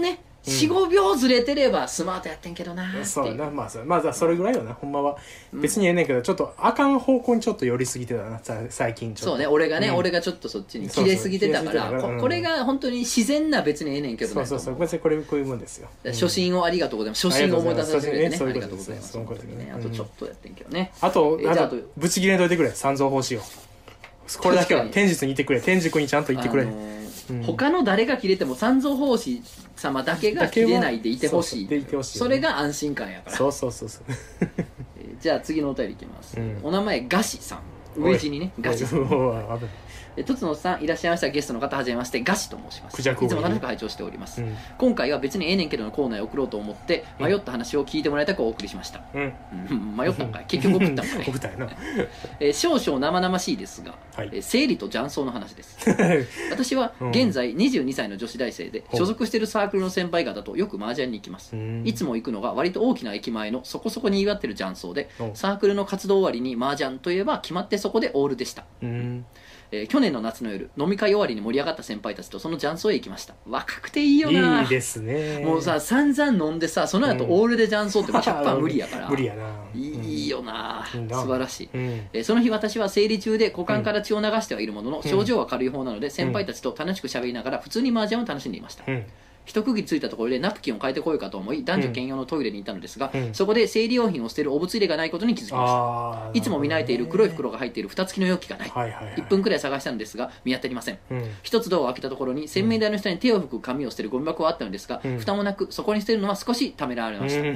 45秒ずれてればスマートやってんけどなーっていう。 そうやな、まあそれぐらいよな、ほんまは別にええねんけど、ちょっとあかん方向にちょっと寄りすぎてたな最近ちょっと。 そうね、俺がちょっとそっちに切れすぎてたからこれが本当に自然な別にええねんけどね。 そう別にこういうもんですよ。 初心をありがとうございます。初心を思い出させてくれてね、ありがとうございます。あとちょっとやってんけどね。 あとぶち切れんといてくれ、三蔵法師を。これだけは天竺にいてくれ、天竺にちゃんといてくれ。 他の誰が切れても三蔵法師様だけが切れないでいてほしい。それが安心感やから。 そうじゃあ次のお便りいきます。お名前ガシさん、上地にね、ガシさん。とつのさん、いらっしゃいました。ゲストの方、はじめまして、ガシと申します。いつも楽しく拝聴しております。今回は別にええねんけどのコーナーを送ろうと思って迷った話を聞いてもらいたくお送りしました。迷ったんかい、結局送ったんかい。送ったよな。少々生々しいですが、生理と雀荘の話です。私は現在22歳の女子大生で、所属しているサークルの先輩方とよく麻雀に行きます。いつも行くのが割と大きな駅前のそこそこにぎわってる雀荘で、サークルの活動終わりに麻雀といえば決まってそこでオールでした。去年の夏の夜、飲み会終わりに盛り上がった先輩たちとその雀荘へ行きました。若くていいよな。 いいですね。 もうさ、散々飲んでさ、その後オールで雀荘ってやっぱ無理やから無理やな。 いいよな、素晴らしい。その日私は生理中で股間から血を流してはいるものの、症状は軽い方なので先輩たちと楽しく喋りながら普通に麻雀を楽しんでいました。一区切りついたところでナプキンを変えてこようかと思い、男女兼用のトイレに行ったのですが、そこで生理用品を捨てるお物入れがないことに気づきました。いつも見慣れている黒い袋が入っている蓋付きの容器がない。1分くらい探したのですが見当たりません。一つドアを開けたところに洗面台の下に手を拭く紙を捨てるゴミ箱はあったのですが、蓋もなくそこに捨てるのは少しためられました。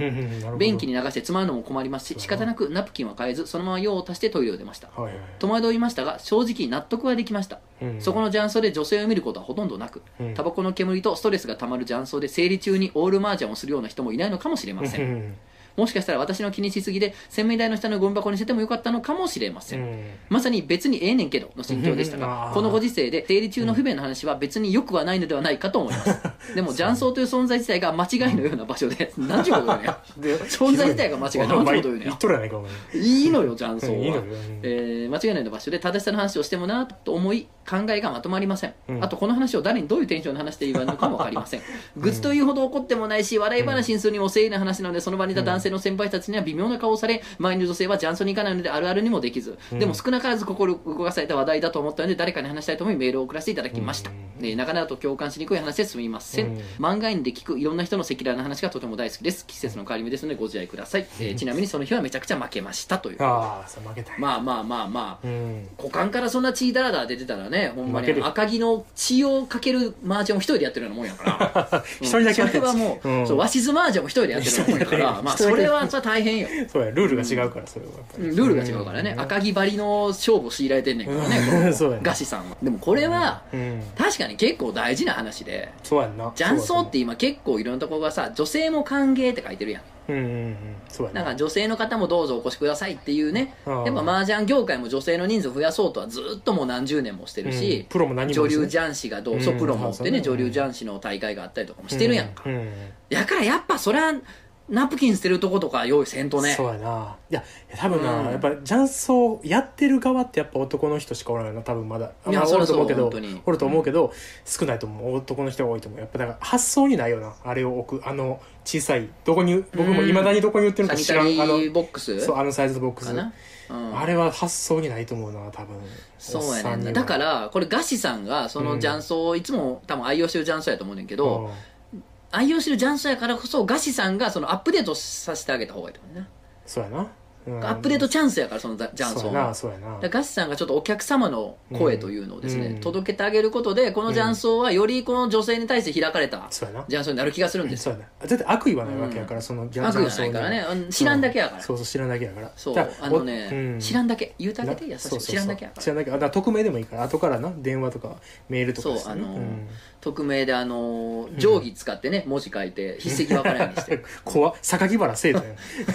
便器に流してつまるのも困りますし、仕方なくナプキンは変えずそのまま用を足してトイレを出ました。戸惑いましたが正直納得はできました。そこの雀荘で女性を見ることはほとんどなく、タバコの煙とストレスがたまる雀荘で生理中にオール麻雀をするような人もいないのかもしれません。もしかしたら私の気にしすぎで洗面台の下のゴミ箱に捨ててもよかったのかもしれません。まさに別にええねんけどの心境でしたが、このご時世で生理中の不便な話は別によくはないのではないかと思います。でも雀荘という存在自体が間違いのような場所で何ちゅうこと言うねん。存在自体が間違い何ちゅうこと言うねん。いいのよ雀荘は。間違いないの場所で正しさの話をしてもなと思い、考えがまとまりません。あとこの話を誰にどういうテンションで話していいのかも分かりません。愚痴というほど怒ってもないし、笑い話にするにも生理な話なので、その場にいた男性の先輩たちには微妙な顔をされ、周りの女性は雀荘に行かないのであるあるにもできず、でも少なからず心を動かされた話題だと思ったので誰かに話したいと思いメールを送らせていただきました。なかなかと共感しにくい話ですみません。漫画園で聞くいろんな人の赤裸々な話がとても大好きです。季節の変わり目ですのでご自愛ください。ちなみにその日はめちゃくちゃ負けましたという。まあ股間からそんな血だらだら出てたらね、ほんまに赤木の血をかける麻雀を一人でやってるようなもんやから一人だけやってる。それはもう鷲津麻雀も一人でやってるようなもんやから、まあそれは大変よ。 そうや、ルールが違うから。それはルールが違うからね。赤木張りの勝負を強いられてんねんからね、ガシさんは。でもこれは確かに結構大事な話で、雀荘って今結構いろんなところがさ、女性も歓迎って書いてるやん。なんか女性の方もどうぞお越しくださいっていうね。やっぱ麻雀業界も女性の人数増やそうとはずっともう何十年もしてるし、女流雀士がどうぞプロもってね、女流雀士の大会があったりとかもしてるやんか。やからやっぱそれはナプキン捨てるとことか用意せんとね。 そうやな。いや多分な、やっぱ雀荘やってる側ってやっぱ男の人しかおらないな、多分まだ。おると思うけど少ないと思う。男の人が多いと思う。やっぱだから発想にないよな、あれを置く小さい、どこに僕もいまだにどこに売ってるのか知らん、 サニタリーボックス、 そう、サイズのボックス、あれは発想にないと思うな、多分。 そうやねん。だからこれガシさんがその雀荘をいつも多分愛用してる雀荘やと思うねんけど、愛用してる雀荘やからこそガシさんがそのアップデートさせてあげた方がいいと思うね。 そうやな。 アップデートチャンスやから、その雀荘は。ガシさんがちょっとお客様の声というのをですね、届けてあげることで、この雀荘はよりこの女性に対して開かれた雀荘になる気がするんですよ。 絶対悪意はないわけやから、その雀荘悪意はないからね、知らんだけやから。 そう知らんだけやから。 そう知らんだけ言うてあげて、優しく知らんだけやから。 知らんだけ、だから匿名でもいいから、後からな、電話とかメールとか。 そう匿名で定規使ってね、文字書いて筆跡分からんようにして怖っ、榊原生徒や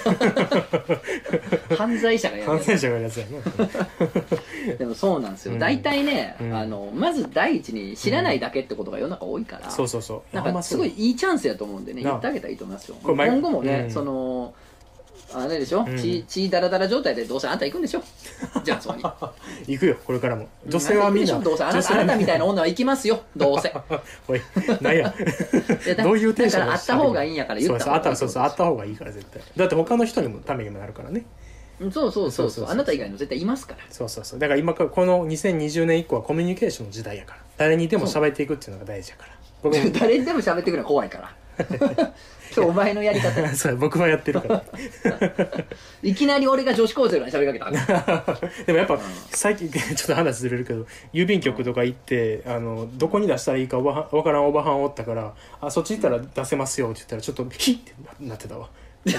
犯罪者がやるやつやな。でもそうなんですよ、大体ね、まず第一に知らないだけってことが世の中多いから、なんかすごいいいチャンスやと思うんでね、言ってあげたらいいと思いますよ。今後もね、あれでしょ、血ダラダラ状態でどうせあんた行くんでしょジャンソンに行くよこれからも。女性はみんな、 どうせあなたみたいな女は行きますよどうせおいなんやどういうテンションだから会った方がいいんやから言った方がいい。 そう会った方がいいから絶対。だって他の人にもためにもなるからね。 そうあなた以外の絶対いますから。 そうだから今からこの2020年以降はコミュニケーションの時代やから、誰にでも喋っていくっていうのが大事やから。僕も誰にでも喋ってくるのは怖いから今日お前のやり方そう僕もやってるからいきなり俺が女子高生に喋りかけたでもやっぱ、最近ちょっと話ずれるけど、郵便局とか行ってどこに出したらいいかわからんおばはんおったから、そっち行ったら出せますよって言ったらちょっとヒッってなってたわ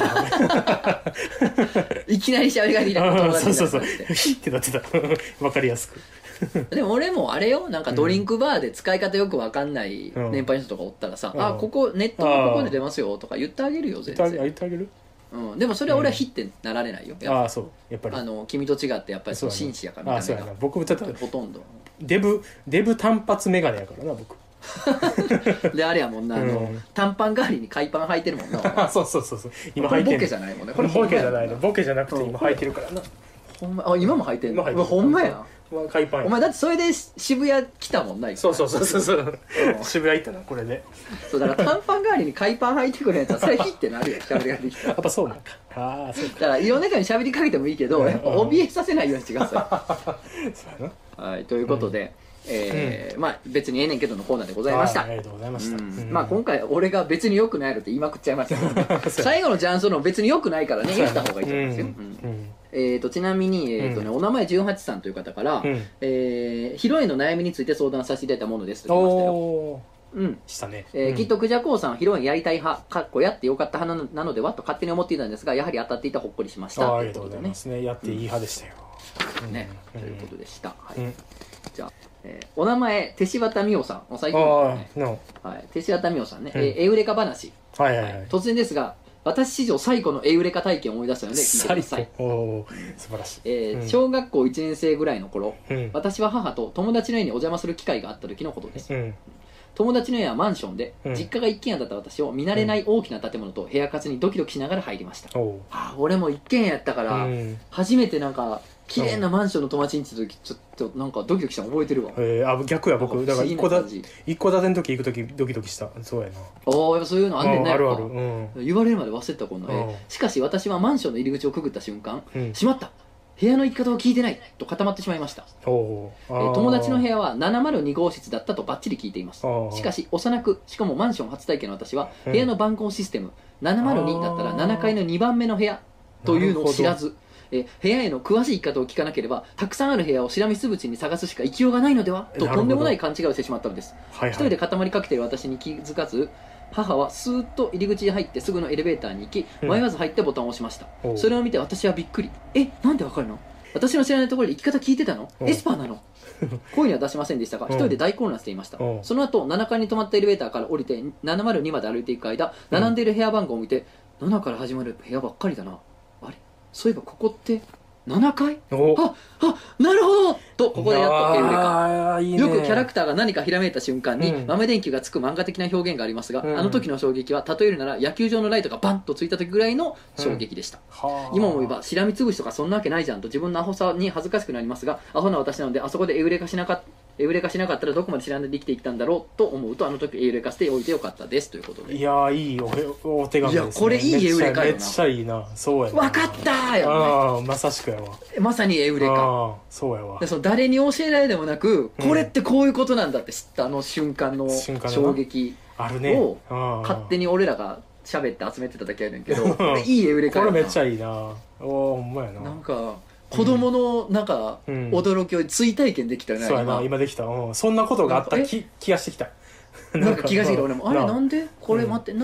いきなり喋りかけてきたそうヒッってなってた分かりやすくでも俺もあれよ、なんかドリンクバーで使い方よく分かんない年配の人とかおったらさ、あここネットのここで出ますよとか言ってあげるよ全然。 言ってあげる。 でもそれは俺はヒってなられないよ。 そうやっぱり君と違ってやっぱりその紳士やから見た目が。僕もちょっとほとんどデブ単発メガネやからな僕であれやもんな、短パン代わりに海パン履いてるもんなそう今履いてる。 ボケじゃないもんね。 これボケじゃないの。ボケじゃなくて今履いてるからな。 ほんま今も履いてんの。ほんまやん。 海パンや。 お前だってそれで渋谷来たもんな。 そう渋谷行ったなこれで。 そうだから短パン代わりに海パン履いてくるやつはそれヒってなるよ喋りができたら。 やっぱそうなんか。そうか。 だからいろんな人に喋りかけてもいいけど、やっぱ怯えさせないようにしてください。 そうやな。はい、ということで、まあ別にええねんけどのコーナーでございました。 ありがとうございました。 まあ今回俺が別に良くないのって言いまくっちゃいましたけど、最後のジャンソンの別に良くないからね言った方がいいと思いますよ。ちなみにお名前18さんという方からヒロインの悩みについて相談させていただいたものですと言いましたよ。 したね。 きっとクジャコウさんヒロインやりたい派かっこやってよかった派なのではと勝手に思っていたんですが、やはり当たっていたほっこりしました。 ありがとうございますね。やっていい派でしたよ。 ね、ということでした。じゃあお名前手柴田美桜さん、最近手柴田美桜さんね、エウレカ話。突然ですが私史上最古のエウレカ体験を思い出したので聞いてください。 素晴らしい。 小学校1年生ぐらいの頃、私は母と友達の家にお邪魔する機会があった時のことです。友達の家はマンションで、実家が一軒家だった私を見慣れない大きな建物と部屋数にドキドキしながら入りました。俺も一軒家やったから初めてなんか綺麗なマンションの友達に行った時ちょっとなんかドキドキしたの覚えてるわ。 逆や僕だから一戸建ての時行く時ドキドキした。そうやな。 やっぱそういうのあんねんね。 あるある。 言われるまで忘れたこんな。しかし私はマンションの入り口をくぐった瞬間、しまった、部屋の行き方を聞いてないと固まってしまいました。友達の部屋は702号室だったとバッチリ聞いています。しかし幼く、しかもマンション初体験の私は部屋の番号システム702だったら7階の2番目の部屋というのを知らず、部屋への詳しい言い方を聞かなければたくさんある部屋をしらみつぶしに探すしか行きようがないのではととんでもない勘違いをしてしまったのです。一人で固まりかけている私に気づかず、母はスーッと入り口に入ってすぐのエレベーターに行き、迷わず入ってボタンを押しました。それを見て私はびっくり。なんでわかるの？私の知らないところで行き方聞いてたの？エスパーなの？声には出しませんでしたが、一人で大混乱していました。その後7階に止まったエレベーターから降りて702まで歩いていく間、並んでいる部屋番号を見て、7から始まる部屋ばっかりだな、あれそういえばここって7階？なるほどと、ここでやっとエウレカ。よくキャラクターが何かひらめいた瞬間に豆電球がつく漫画的な表現がありますが、あの時の衝撃は例えるなら野球場のライトがバンとついた時ぐらいの衝撃でした。今思えばしらみつぶしとかそんなわけないじゃんと自分のアホさに恥ずかしくなりますが、アホな私なのであそこでエウレカしなかったらどこまで知らんで生きていったんだろうと思うと、あの時エウレカしておいてよかったですということで。いやいいお手紙ですね。いやこれいいエウレカよな。めっちゃいいな。そうやな。分かったーよね。まさしくやわ。まさにエウレカ。そうやわ。でその誰に教えられでもなく、これってこういうことなんだって知ったあの瞬間の衝撃を勝手に俺らが喋って集めてただけやねんけど、いいエウレカやな。これめっちゃいいな。ほんまやな。なんか子供のなんか驚きを追体験できたよね。そうやな、今できた。そんなことがあった気がしてきた。なんか気がしてきた。俺もあれなんでこれ待って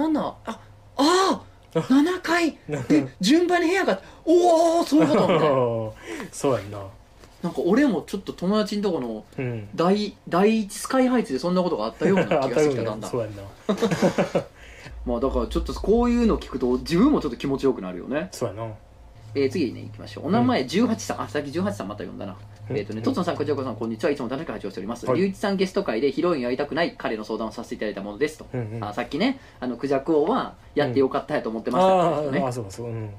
77階で順番に部屋がおおそういうことみたいな。そうやんな。なんか俺もちょっと友達のとこの第一スカイハイツでそんなことがあったような気がしてきた。だんだんそうやんな。まあだからちょっとこういうの聞くと自分もちょっと気持ちよくなるよね。そうやな。次ね行きましょう。お名前18さん、さっき18さんまた呼んだな。とつのさん、こちらこさん、こんにちは。いつも楽しく拝聴しております。龍一さんゲスト会でヒロインやりたくない彼の相談をさせていただいたものですと。さっきね、クジャク王はやってよかったやと思ってましたって人ね。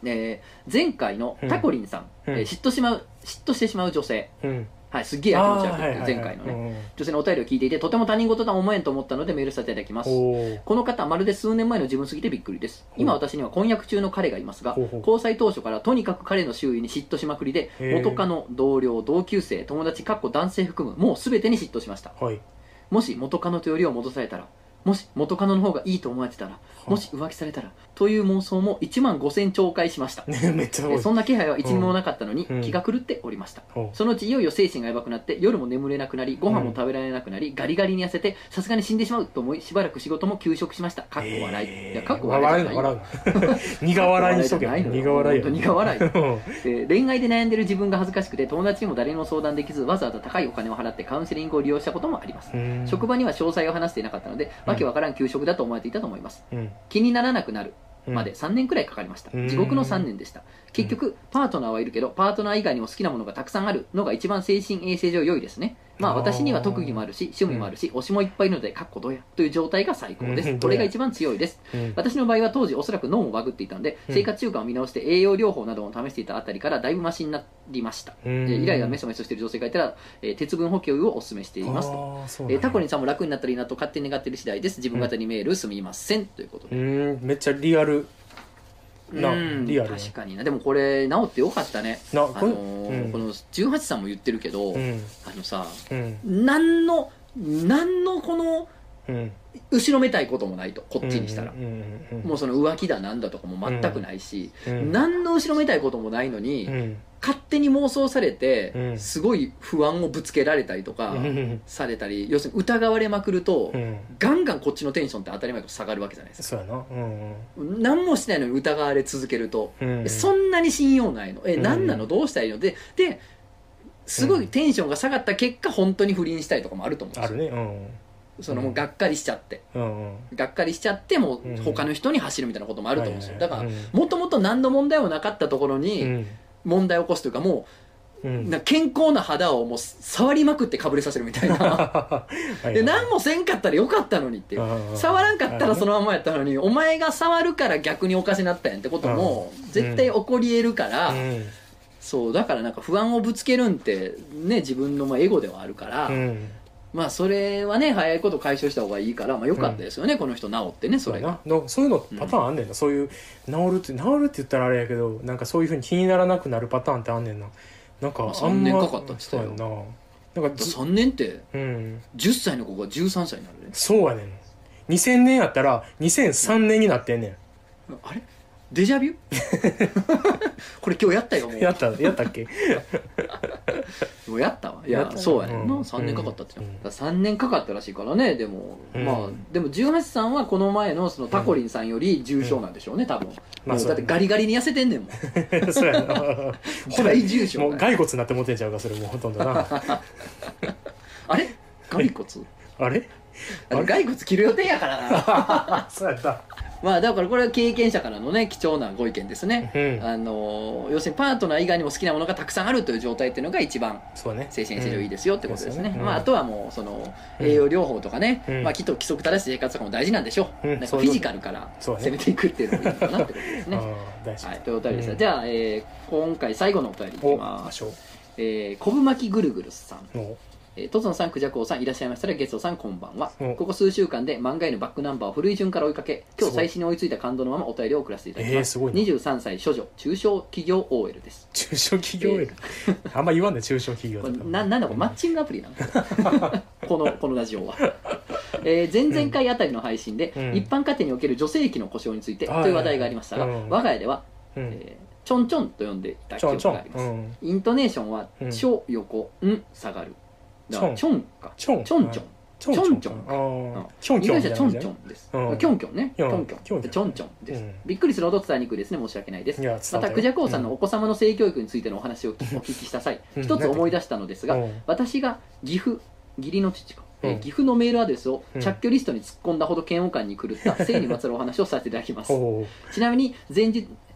前回のタコリンさん、嫉妬してしまう女性、はい、すっげえやきもち焼くっていう前回のね、女性のお便りを聞いていて、とても他人事とは思えんと思ったのでメールさせていただきます。この方、まるで数年前の自分すぎてびっくりです。今私には婚約中の彼がいますが、交際当初からとにかく彼の周囲に嫉妬しまくりで、元カノ、同僚、同級生、友達、男性含むもう全てに嫉妬しました。もし元カノとよりを戻されたら、もし元カノの方がいいと思われてたら、もし浮気されたらという妄想も1万5000兆回しました。めっちゃ多い。そんな気配は一ミリもなかったのに、気が狂っておりました。そのうちいよいよ精神がやばくなって、夜も眠れなくなり、ご飯も食べられなくなり、ガリガリに痩せて、さすがに死んでしまうと思い、しばらく仕事も休職しました。かっこ笑い。いや、かっこ笑いじゃない。 苦笑いにしとけ。苦笑いよ。 苦笑い。恋愛で悩んでる自分が恥ずかしくて、友達にも誰にも相談できず、わざわざ高いお金を払ってカウンセリングを利用したこともあります。職場には詳細を話していなかったので、わけわからん休職だと思われていたと思います。気にならなくなるまで3年くらいかかりました。地獄の3年でした。結局パートナーはいるけど、パートナー以外にも好きなものがたくさんあるのが一番精神衛生上良いですね。まあ私には特技もあるし趣味もあるし、推しもいっぱいいるのでかっこどやという状態が最高です。これが一番強いです。私の場合は当時おそらく脳もバグっていたので、生活習慣を見直して栄養療法などを試していたあたりからだいぶマシになりました。イライラメソメソしている女性がいたら、鉄分補給をお勧めしていますと。タコリンさんも楽になったらいいなと勝手に願っている次第です。自分方にメールすみませんということで。 めっちゃリアルリアル。 確かにな。でもこれ治ってよかったね。この18さんも言ってるけど、さ、何のこの後ろめたいこともないと、こっちにしたらもうその浮気だなんだとかも全くないし、何の後ろめたいこともないのに、勝手に妄想されてすごい不安をぶつけられたりとかされたり、要するに疑われまくると、ガンガンこっちのテンションって当たり前と下がるわけじゃないですか。何もしないのに疑われ続けると、そんなに信用ないの、何なの、どうしたらいいのですごいテンションが下がった結果、本当に不倫したりとかもあると思うんですよ。そのもうがっかりしちゃって、がっかりしちゃってもう他の人に走るみたいなこともあると思うんですよ。だからもともと何の問題もなかったところに問題を起こすというか、もう健康な肌をもう触りまくってかぶれさせるみたいなで、何もせんかったらよかったのにっていう、触らんかったらそのままやったのに、お前が触るから逆におかしなったやんってことも絶対起こり得るから、そうだからなんか不安をぶつけるんってね、自分のエゴではあるから、まあそれはね早いこと解消した方がいいから、まあ良かったですよね、この人治ってね。それがそういうのパターンあんねんな、そういう治るって言ったらあれやけど、なんかそういうふうに気にならなくなるパターンってあんねんな。なんか 3年かかったって言ったよ。 なんか 3年って10歳の子が13歳になるね。 そうやねん。2000年やったら2003年になってんねん。 あれデジャビュこれ今日やったよ。もうやったっけもうやったわ。いやそうやねんな。3年かかったって3年かかったらしいからね。でもまあでも18さんはこの前のそのタコリンさんより重症なんでしょうね、多分。だってガリガリに痩せてんねんもん。そうやな。大重症。 もう骸骨になって持ってんちゃうか、それもうほとんどな。 あれ骸骨あれ骸骨切る予定やからな。 そうやった。 まあだからこれは経験者からのね貴重なご意見ですね。要するにパートナー以外にも好きなものがたくさんあるという状態っていうのが一番精神衛生上いいですよってことですね。まああとはもうその栄養療法とかね、まあきっと規則正しい生活とかも大事なんでしょう。なんかフィジカルから攻めていくっていうのがいいのかなってことですね。はい、というお便りです。じゃあ今回最後のお便りいきましょう。昆布巻きぐるぐるさん。とつのさん、くじゃこうさん、いらっしゃいましたら、ゲストさん、こんばんは。ここ数週間で漫画へのバックナンバーを古い順から追いかけ、今日最新に追いついた感動のままお便りを送らせていただきます。23歳、処女、中小企業 OL です。 中小企業 OL？あんま言わんね、中小企業とか。 なんだこれ、マッチングアプリなのこのラジオは。前々回あたりの配信で、一般家庭における女性器の故障についてという話題がありましたが、我が家では、ちょんちょんと呼んでいた記憶があります。イントネーションは、ちょ横、ん下がる。チョンかチョンチョンチョンチョンチョンチョンチョンチョンチョンです。キョンキョンね、キョンキョンチョンチョンです。びっくりするほど伝えにくいですね。申し訳ないです。またクジャコウさんのお子様の性教育についてのお話をお聞きした際、一つ思い出したのですが、私が義理の父か岐阜のメールアドレスを着去リストに突っ込んだほど嫌悪感に狂った性にまつわるお話をさせていただきます。ちなみに前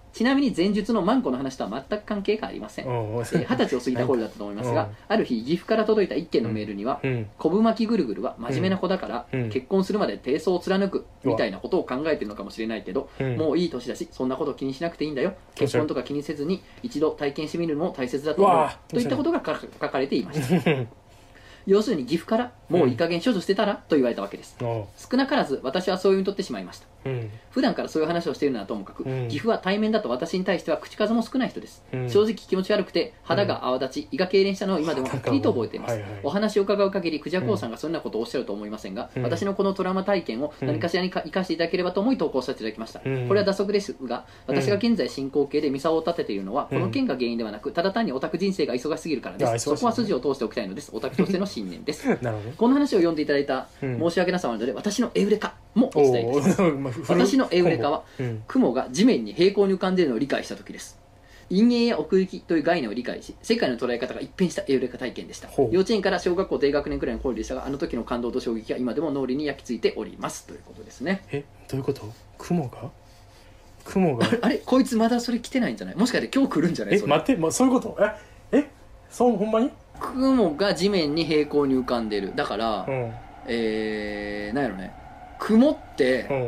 ちなみに前述のマンコの話とは全く関係がありません。20歳を過ぎた頃だったと思いますが、ある日岐阜から届いた一件のメールには、昆布巻きぐるぐるは真面目な子だから、結婚するまで低層を貫くみたいなことを考えてるのかもしれないけど、もういい年だしそんなこと気にしなくていいんだよ、結婚とか気にせずに一度体験してみるのも大切だと思うといったことが書かれていました要するに岐阜からもういい加減処女してたらと言われたわけです。少なからず私はそういうふうに取ってしまいました。普段からそういう話をしているのはともかく、岐阜は対面だと私に対しては口数も少ない人です。正直気持ち悪くて肌が泡立ち胃が痙攣したのを今でもはっきりと覚えています。お話を伺う限りクジャコウさんがそんなことをおっしゃると思いませんが、私のこのトラウマ体験を何かしらに生かしていただければと思い投稿させていただきました。これは打足ですが、私が現在進行形でミサオを立てているのはこの件が原因ではなく、ただ単にオタク人生が忙しすぎるからです。そこは筋を通しておきたいのです。オタクとしての信念ですこの話を読んでいただいた申し訳なさなので、私のエウレカもお伝えいたします。私のエウレカは、雲が地面に平行に浮かんでいるのを理解した時です。陰影や奥行きという概念を理解し、世界の捉え方が一変したエウレカ体験でした。幼稚園から小学校低学年くらいの頃でしたが、あの時の感動と衝撃が今でも脳裏に焼き付いておりますということですね。 どういうこと？雲があれこいつまだそれ来てないんじゃない？もしかして今日来るんじゃない？ 待って、そういうこと？そうほんまに？ 雲が地面に平行に浮かんでる。だから、なんやろね、雲って、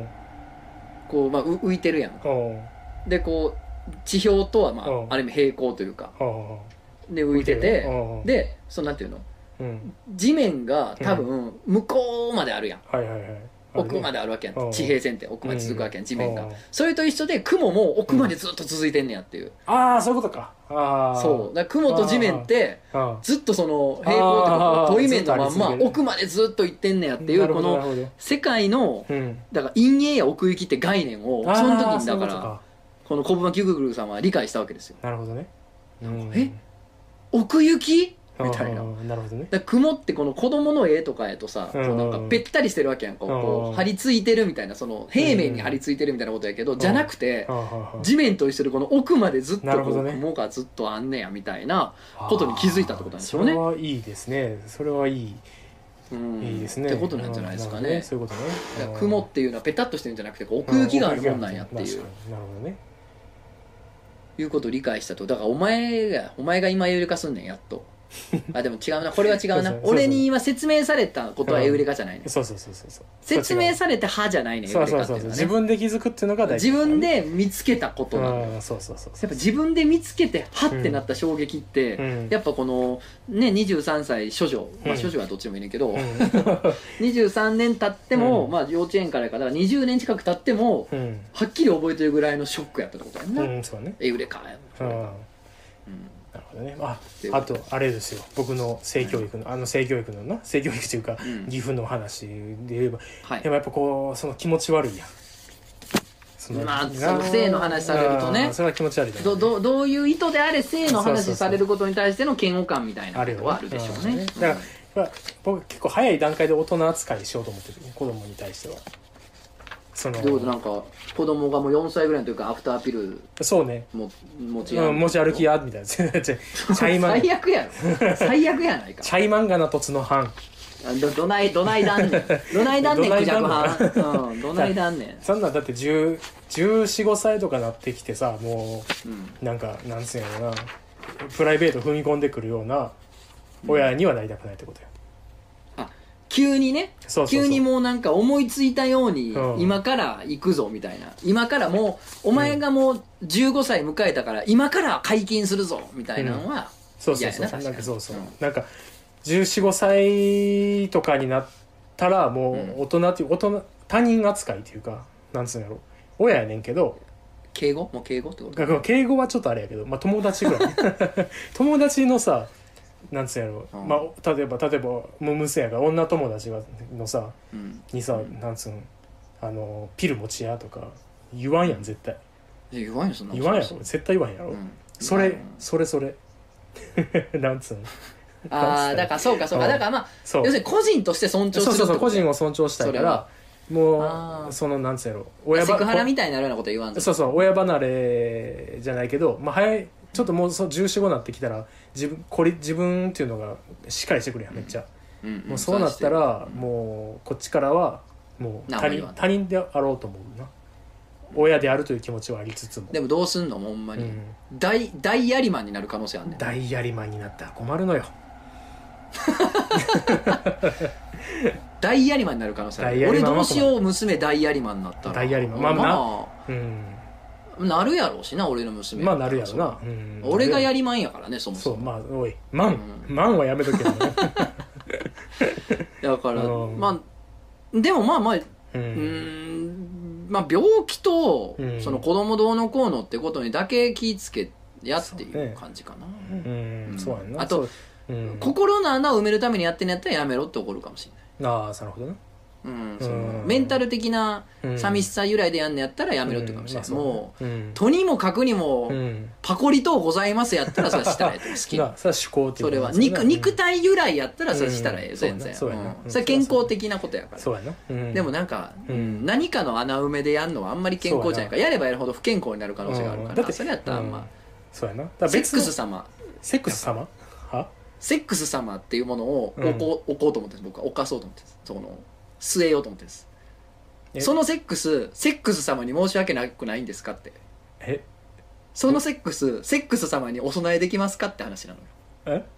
こう、浮いてるやんか。でこう地表とは、あれも平行というか、で浮いてて、でなんていうの、地面が多分向こうまであるやん。奥まであるわけやん。地平線って奥まで続くわけやん、地面が。それと一緒で雲も奥までずっと続いてんねやっていう。 そういうことか。 そうだから雲と地面ってずっとその平行ってこと遠い面のまんま奥までずっと行ってんねやっていう、この世界のだから陰影や奥行きって概念をその時にだからこの昆布巻きぐるぐるさんは理解したわけですよ。 なるほどね。 奥行きみたいな。 なるほどね。 だ雲ってこの子供の絵とかやとさ、なんかべったりしてるわけやん。こう張り付いてるみたいな、その平面に張り付いてるみたいなことやけど、じゃなくて地面と一緒でこの奥までずっとこう雲がずっとあんねやみたいなことに気づいたってことなんですよね。 それはいいですね。それはいい。いいですね。 ってことなんじゃないですかね。 そういうことね。 雲っていうのはペタッとしてるんじゃなくて奥行きがあるもんなんやっていう。 なるほどね。 いうことを理解したと。だからお前が今エウレカすんねんやっと。でも違うな、これは違うな。俺に今説明されたことはエウレカじゃないね。 そう説明されて歯じゃないね。エウレカっていうのはね、 自分で気づくっていうのが大事。 自分で見つけたことなの。やっぱ自分で見つけて歯ってなった衝撃って、やっぱこのね23歳処女、処女はどっちでもいいねんけど、23年経っても、幼稚園からから20年近く経ってもはっきり覚えてるぐらいのショックやったってことやんな。エウレカや。 なるほどね。あとあれですよ、僕の性教育の性教育というか、岐阜の話で言えば、でもやっぱこうその気持ち悪いやん。 その性の話されるとね、 それは気持ち悪い。 どういう意図であれ性の話されることに対しての嫌悪感みたいなことはあるでしょうね。 だから僕結構早い段階で大人扱いしようと思ってる、子供に対しては。 どういうこと？なんか子供がもう4歳ぐらいの時からアフターピル持ち歩きやみたいな。 最悪やろ。最悪やないか。 チャイマンガナトツの藩。 どないだんねんクジャク藩。どないだんねん。 そんなんだって14、15歳とかなってきてさ、もうなんかなんつうんやろな、プライベート踏み込んでくるような親にはなりたくないってことや。 急にね、急にもうなんか思いついたように今から行くぞみたいな、今からもうお前がもう15歳迎えたから今から解禁するぞみたいなのは嫌やな。 なんかなんか14、15歳とかになったらもう大人っていう他人扱いというか、なんつうんやろ、親やねんけど、 敬語ってこと？ 敬語はちょっとあれやけど、友達ぐらい友達のさ、なんつうんやろ、例えばもう娘やから女友達のさ、にさ、なんつうんピル持ちやとか言わんやん絶対。 言わんよ、そんな言わんやろ、絶対言わんやろ。それなんつうんだからそうかだから要するに個人として尊重する。 そう個人を尊重したいから、もうそのなんつうんやろ、 セクハラみたいになるようなこと言わんぞ。 親離れじゃないけど、早いちょっともう14、15になってきたら自分っていうのがしっかりしてくるやん、めっちゃ。もうそうなったらもうこっちからはもう他人であろうと思うな。 親であるという気持ちはありつつも。 でもどうすんのほんまに、大やりマンになる可能性あんねん。 大やりマンになったら困るのよ。 大やりマンになる可能性ある。俺どうしよう、娘大やりマンになったら。 大やりマン、まあなるやろうしな、俺の娘。 まあなるやろな。 俺がやりまんやからね、そもそも。 そう、まあおいマンはやめとけよね。 だからまあでもまあまあまあ病気とその子供どうのこうのってことにだけ気ぃつけやっていう感じかな。 そうやな。 あと心の穴を埋めるためにやってんやったらやめろって怒るかもしれない。 ああ、なるほどな。 そのメンタル的な寂しさ由来でやんのやったらやめろって言うかもしれない。もうとにもかくにもパコリとございますやったらそれはしたらええと。好きなそれは趣向っていうそれは肉体由来やったらそれしたらええ。全然それ健康的なことやから。 そうやな。 でもなんか何かの穴埋めでやんのはあんまり健康じゃないから、やればやるほど不健康になる可能性があるから、それやったらあんまそうやな。 セックス様セックス様はセックス様っていうものを置こうと思ってるんです。僕は置かそうと思ってるんです。その据えようと思ってるんです。そのセックス様に申し訳なくないんですかって。そのセックス様にお供えできますかって話なのよ。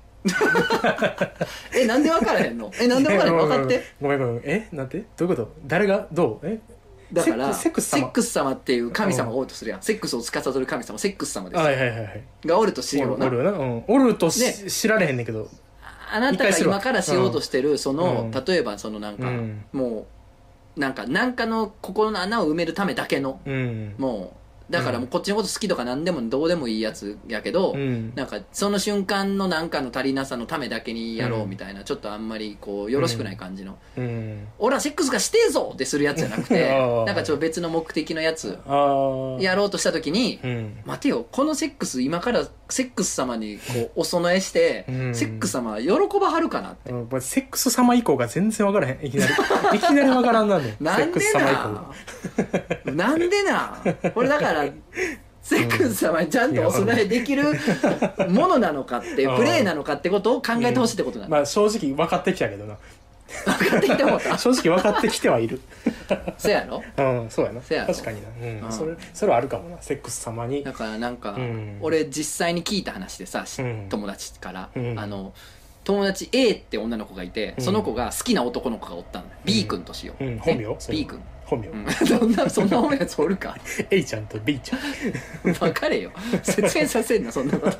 なんで分からへんの？なんで分からへんの？分かって。 ごめん。なんて？どういうこと？誰がどう？ だからセックス様っていう神様がおるとするやん。セックスを司る神様、セックス様ですよ。がおるとしような。 おると知られへんねんけど。 あなたが今からしようとしてるその例えばそのなんかもうなんかの心の穴を埋めるためだけのもうだからもうこっちのこと好きとか何でもどうでもいいやつやけどなんかその瞬間のなんかの足りなさのためだけにやろうみたいなちょっとあんまりこうよろしくない感じの俺はセックスがしてえぞってするやつじゃなくてなんかちょっと別の目的のやつやろうとした時に待てよ、このセックス今からセックス様にこうお供えしてセックス様は喜ばはるかなって。 セックス様以降が全然わからへん。いきなりわからんなんねん。 なんでななんでなこれだからセックス様にちゃんとお供えできるものなのかってプレイなのかってことを考えてほしいってことなの。 まあ正直分かってきたけどな。 分かってきても正直分かってきてはいる。 そやろ。 そうやな。確かにな。それはあるかもな。セックス様に。 だからなんか俺実際に聞いた話でさ、友達から友達 A って女の子がいて、その子が好きな男の子がおったの。B 君としよう。 本名 B 君。 本名そんな本名やつおるか。 A ちゃんと B ちゃん分かれよ。説明させんなそんなこと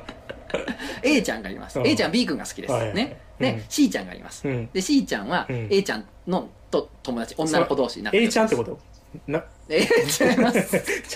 。A ちゃんがいます。A ちゃん B 君が好きですね。で C ちゃんがいます。で C ちゃんは A ちゃんのと友達、女の子同士になって A ちゃんってこと違います。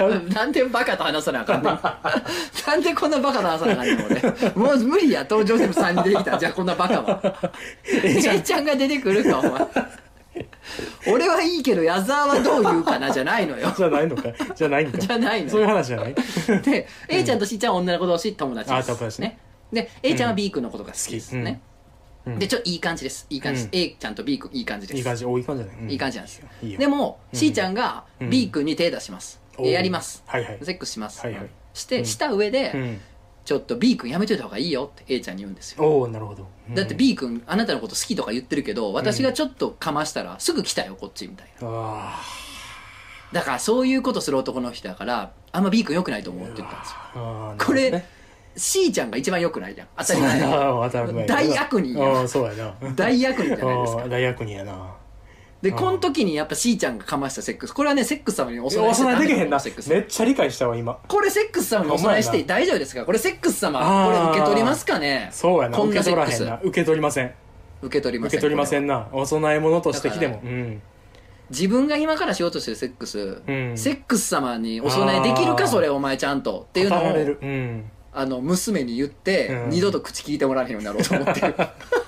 なんでバカと話さなあかんねん。なんでこんなバカと話さなあかんねん俺。もう無理や、登場人物3人出てきた。じゃあこんなバカは A ちゃんが出てくるかお前。俺はいいけど矢沢はどう言うかなじゃないのよ。 じゃないのか。じゃないの。そういう話じゃない。 で A ちゃんと C ちゃんは女の子同士友達です。 友達ね。 で A ちゃんは B 君のことが好きですね。でちょっといい感じです。いい感じです。A ちゃんと B 君いい感じです。 いい感じ。いい感じじゃない。 いい感じなんですよ。でも C ちゃんが B 君に手出します。やります。セックスします。してした上でちょっと B 君やめといた方がいいよって A ちゃんに言うんですよ。 おお、なるほど。 だって B 君あなたのこと好きとか言ってるけど、私がちょっとかましたらすぐ来たよこっちみたいな。だからそういうことする男の人だからあんま B 君良くないと思うって言ったんですよ。これ C ちゃんが一番良くないじゃん。当たり前。大悪人や。 そうやな。 大悪人じゃないですか。 大悪人やな。 でこの時にやっぱ C ちゃんがかましたセックス、これはねセックス様にお供えしてできへんな。めっちゃ理解したわ今。 これセックス様にお供えして大丈夫ですか。これセックス様これ受け取りますかね。 そうやな。受け取らへんな。受け取りません。 受け取りませんな。お供え物としてきても。 自分が今からしようとしてるセックス、セックス様にお供えできるかそれお前ちゃんとっていうのを娘に言って二度と口聞いてもらえへんようになろうと思ってる。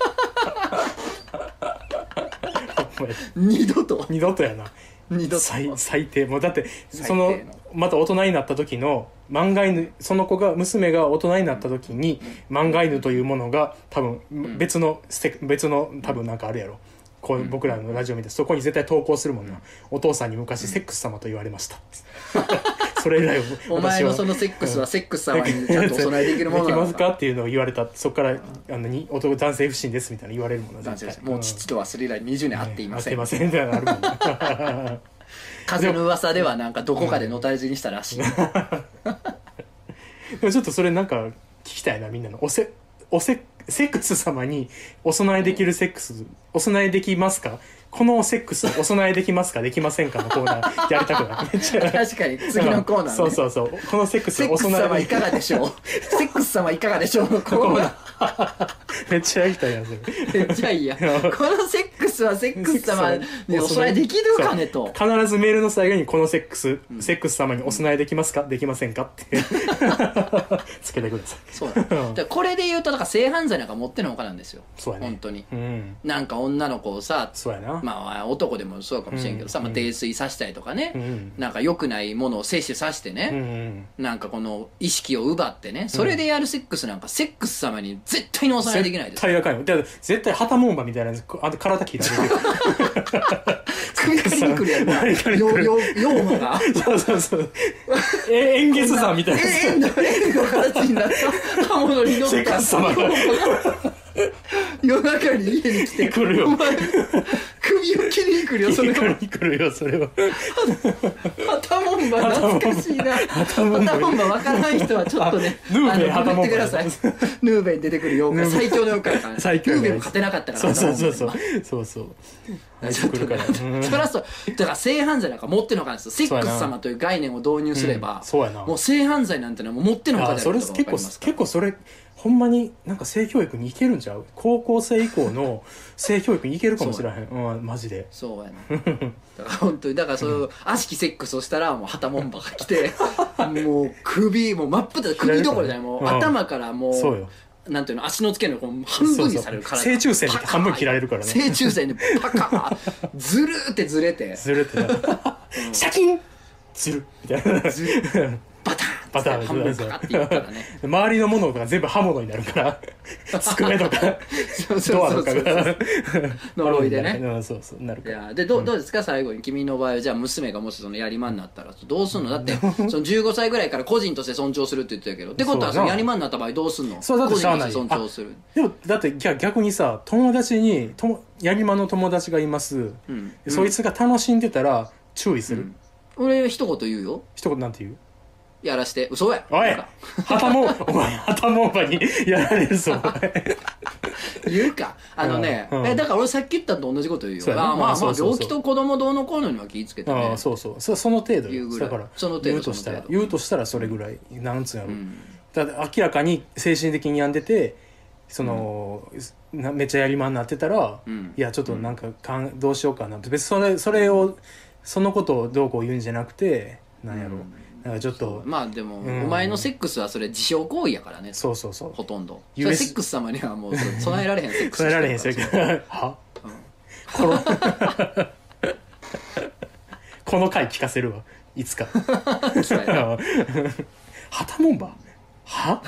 二度とやな。最低。もうだってそのまた大人になった時の漫画犬、その子が娘が大人になった時に漫画犬というものが多分別の多分なんかあるやろ。こう僕らのラジオ見てそこに絶対投稿するもんな。お父さんに昔セックス様と言われました。それ以来お前のそのセックスはセックス様にちゃんとお供えできるものなのか。 できますかっていうのを言われた。そこから男性不信ですみたいな言われるもんな。 もう父とはそれ以来20年会っていません。 会ってませんみたいなのあるもんな。 風の噂ではなんかどこかでのたれ死にしたらしい。 でもちょっとそれなんか聞きたいな、みんなのセックス様にお供えできるセックス、お供えできますか、このセックスお供えできますかできませんかのコーナーやりたくない？めっちゃ確かに次のコーナー、ね、 そうこのセックスお供え様いかがでしょうセックス様いかがでしょうのコーナーめっちゃやりたいやつ。 めっちゃいいや。このセックスはセックス様にお供えできるかねと。 必ずメールの最後にこのセックス、セックス様にお供えできますかできませんかってつけてください。 そうだ。これで言うとだから性犯罪なんか持ってのほかなんですよ。 そうやね。 本当に。なんか女の子をさ、 そうやな。 まあ男でもそうかもしれんけどさ、まあ泥酔させたりとかね、なんか良くないものを摂取させてね、なんかこの意識を奪ってね、それでやるセックスなんかセックス様に絶対にお供えできないです。 絶対あかんよ。絶対旗もんばみたいな体切られる。 首刈りに来るやんな。ヨウマが。 そう。円月さんみたいな。 円の形になった刃物に乗った。 セックス様が。 夜中に家に来て来るよ。 首を切りに来るよ、それは。 来るよ、それは。 旗もんば懐かしいな。旗もんば分からん人はちょっとね、 ヌーベイ旗もんば。 ってください。ヌーベイに出てくる妖怪、最強の妖怪から。 最強。 ヌーベイも勝てなかったから。 そう。 ちょっとね、そらそう。だから性犯罪なんか持ってのほかなんですよ。セックス様という概念を導入すれば、もう性犯罪なんてのはもう持ってのほかであることが分かりますから。 結構それほんまになんか性教育に行けるんちゃう？高校生以降の性教育に行けるかもしれへん。マジで。 そうやな。だから本当に、だからそういう悪しきセックスをしたらもう旗もんばが来て、もう首もう真っ二つ、首どころじゃない、もう頭からもう、 そうよ。 なんていうの、足の付け根の半分にされるから。 正中線で半分切られるからね。 正中線でパカーずるーってずれて。 シャキンずるみたいな。 バターン半分パカっていくからね。 周りのものが全部刃物になるから机とかドアとかが呪いでね。 そうなるから。 でどうですか、最後に君の場合はじゃあ娘がもしそのやりまんなったらどうすんの？だってその15歳ぐらいから個人として尊重するって言ってたけど、ってことはそのやりまんなった場合どうすんの？ そうだってしゃあない。 個人として尊重する。 でもだって逆にさ、友達にやりまの友達がいます、そいつが楽しんでたら注意する。 俺一言言うよ。 一言なんて言う？ やらして。嘘や。 おい、お前旗もんばにやられるぞ。 言うか。だから俺さっき言ったのと同じこと言うよ。まあ病気と子供どうのこうのには気ぃつけてね。 そうその程度言うぐらい。 だからその程度。 言うとしたらそれぐらい。なんつうんやろ。だって明らかに精神的に病んでて、めっちゃやりまんなってたら、いやちょっとなんかどうしようかな。別にそのことをどうこう言うんじゃなくて、なんやろ。ちょっとまあでも、お前のセックスはそれ自傷行為やからね。 そうほとんどそれセックス様にはもう備えられへんセックス備えられへんセックスはこの回聞かせるわ、いつか。旗もんばは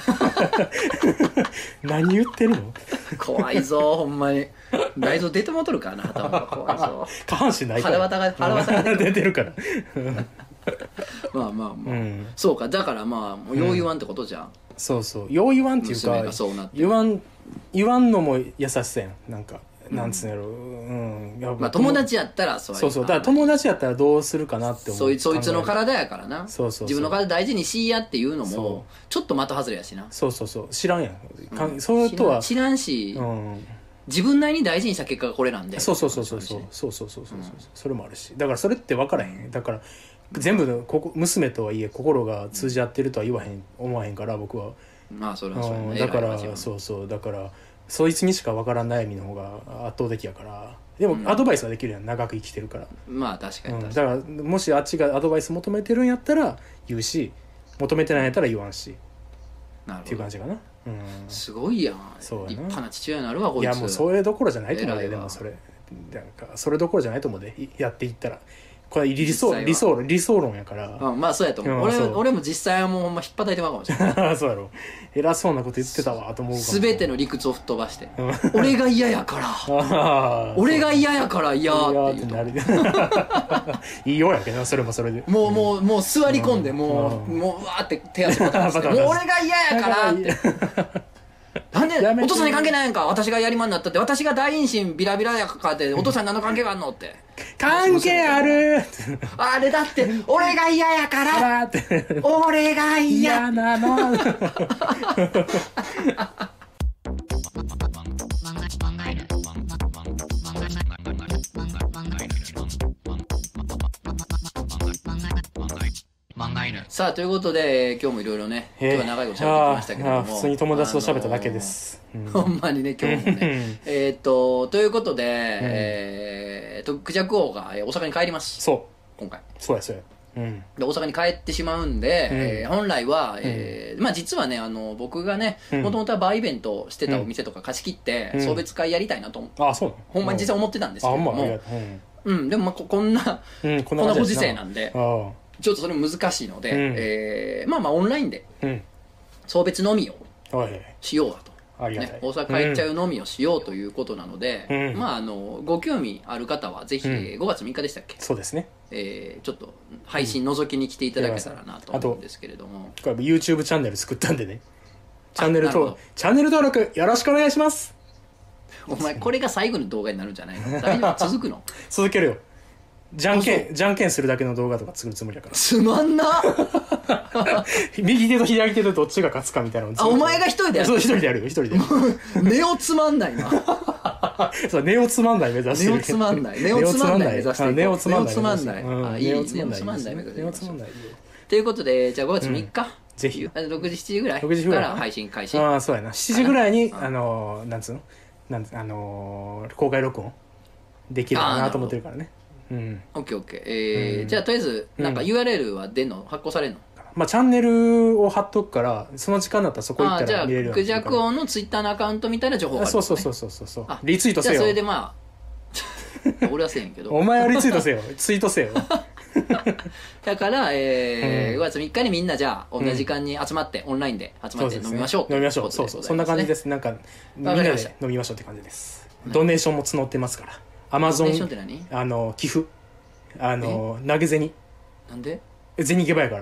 何言ってるの？ 怖いぞほんまに。内臓出てもとるからな、旗もんば。怖いぞ。 下半身ないから。 腹渡が出てるからまあ、そうか。だからまあもうよう言わんってことじゃん。 そうよう言わんっていうか、言わんのも優しさやん。なんかなんつうんやろ。 まあ友達やったらそうだから友達やったらどうするかなって思う。 そいつの体やからな。自分の体大事にしいやっていうのもちょっと的外れやしな。 そう知らんやん。それとは知らんし、自分なりに大事にした結果がこれなんで。 そうそれもあるし、だからそれって分からへん。だから全部娘とはいえ心が通じ合ってるとは思わへんから、僕は。 まあそれはそうやね。 だからだからそいつにしか分からん悩みの方が圧倒的やから。でもアドバイスはできるやん、長く生きてるから。 まあ確かに。 だからもしあっちがアドバイス求めてるんやったら言うし、求めてないんやったら言わんしっていう感じかな。 すごいやん。立派な父親になるわこいつ。 いやもうそれどころじゃないと思うで。でもそれなんかそれどころじゃないと思うで、やっていったら。これ理想論やから。 まあそうやと思う。俺も実際はもうほんま引っ叩いてまうかもしれない。 そうやろ。偉そうなこと言ってたわと思うかも。 全ての理屈を吹っ飛ばして俺が嫌やから俺が嫌やから嫌って言うといいようやけど、それもそれでもう座り込んでもうわーって手足バタバタしてもう俺が嫌やからってなんでお父さんに関係ないやんか、私がやりまんなったって、私が大陰唇ビラビラやかってお父さんに何の関係があんのって。 関係ある。 あれだって俺が嫌やから俺が嫌なの。さあということで今日もいろいろね、今日は長いこと喋ってきましたけども、 普通に友達と喋っただけです、 ほんまにね今日もねということで、クジャク王が大阪に帰ります。 そう今回そうやそうや、 で大阪に帰ってしまうんで、本来は、まあ実はね僕がねもともとはバーイベントしてたお店とか貸し切って送別会やりたいなと思って、ほんまに実際思ってたんですけども、でもまあこんなご時世なんでちょっとそれ難しいので、まあまあオンラインで送別のみをしようだと。大阪帰っちゃうのみをしようということなので、まあご興味ある方はぜひ5月3日でしたっけ、 そうですね、 ちょっと配信覗きに来ていただけたらなと思うんですけれども、 これ YouTube チャンネル作ったんでね、チャンネル登録よろしくお願いします。 お前これが最後の動画になるんじゃないの？大丈夫？続くの？ 続けるよ。じゃんけんするだけの動画とか作るつもりやから。 つまんな。 右手と左手とどっちが勝つかみたいなの。 お前が一人でやる。 そう、一人でやるよ、一人で。 ネオつまんないな。 そう、ネオつまんない目指してる。 ネオつまんない目指してる。 ネオつまんない。 ネオつまんない。いい、ネオつまんない目指してる。ということで、じゃあ5月3日。ぜひ。6時、7時ぐらいから配信開始。 ああ、そうやな。7時ぐらいに、なんつうの公開録音できるかなと思ってるからね。 オッケーオッケー。じゃあとりあえずなんか URL は出んの？発行されんの？ まあチャンネルを貼っとくからその時間だったらそこ行ったら見れるように。 じゃあクジャク王のツイッターのアカウント見たら情報がある。 そうリツイートせよ。 じゃあそれでまあ俺はせえへんけど。 お前はリツイートせよ。ツイートせよ。 だから5月3日にみんなじゃあ同じ時間に集まってオンラインで集まって飲みましょう。 飲みましょう。そうそんな感じです。なんかみんなで飲みましょうって感じです。ドネーションも募ってますから。アマゾン寄付投げ銭。 なんで？ 銭ゲバやから。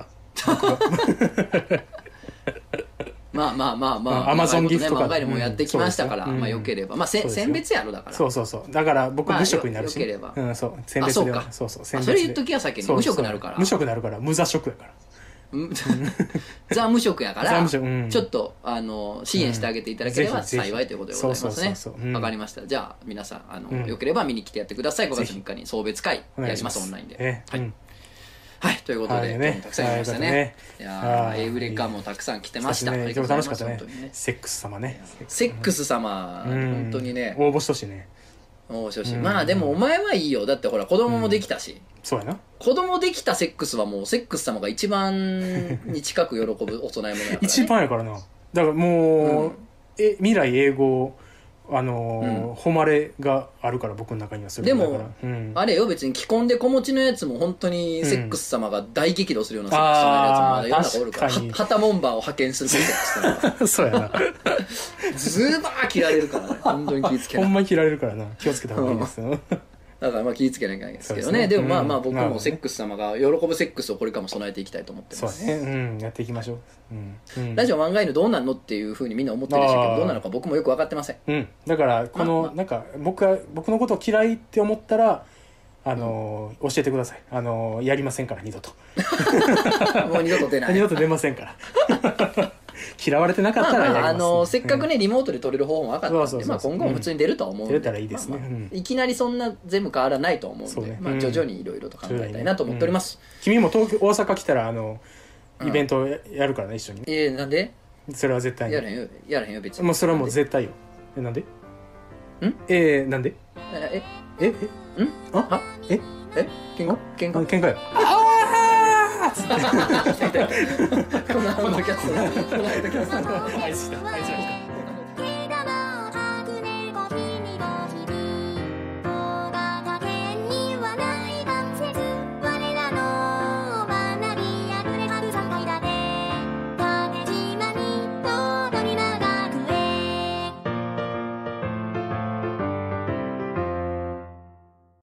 まあアマゾンギフトとかもやってきましたから、まあよければまあ選別やろだから。 そうだから僕無職になるし。そう選別で。そうそれ言っときは先に無職になるから。 無職になるから無座職やから。 ザ無職やからちょっと支援してあげていただければ幸いということでございますね。わかりました。じゃあ皆さんよければ見に来てやってください。5月3日に送別会やりますオンラインで。はいということで今日もたくさんやりましたね。いやエウレカもたくさん来てました。 楽しかったね。セックス様ね。 セックス様本当にね応募してほしいね。 まあでもお前はいいよ。だってほら子供もできたし。 そうやな。 子供できたセックスはもうセックス様が一番に近く喜ぶお供え物やからね。 一番やからな。だからもう未来永劫誉れがあるから僕の中にはする。 でもあれよ別に既婚で子持ちのやつも本当にセックス様が大激怒するようなセックス様のやつもまだ世の中おるから。ハタモンバーを派遣するセックス様そうやな。ズバー切られるからね。本当に気ぃつけない。 ほんまに切られるからな。気をつけた方がいいですよ。 だからまあ気ぃつけなきゃいけないですけどね。でもまあまあ僕もセックス様が喜ぶセックスをこれからも備えていきたいと思ってます。 そうね。やっていきましょう。ラジオ漫画犬どうなんのっていうふうにみんな思ってるでしょうけど、どうなのか僕もよく分かってません。 だからこのなんか僕のことを嫌いって思ったら教えてください。やりませんから二度と。 もう二度と出ない。 二度と出ませんから。嫌われてなかったらやります。 せっかくねリモートで撮れる方法も分かったんで、まあ今後も普通に出るとは思うんで、 出たらいいですね。 いきなりそんな全部変わらないと思うんで、まあ徐々にいろいろと考えたいなと思っております。 君も大阪来たらイベントやるからね一緒に。 なんで？ それは絶対に。 やらへんよ別に。 もうそれはもう絶対よ。なんで？なんで？喧嘩よ。こんなキャスト。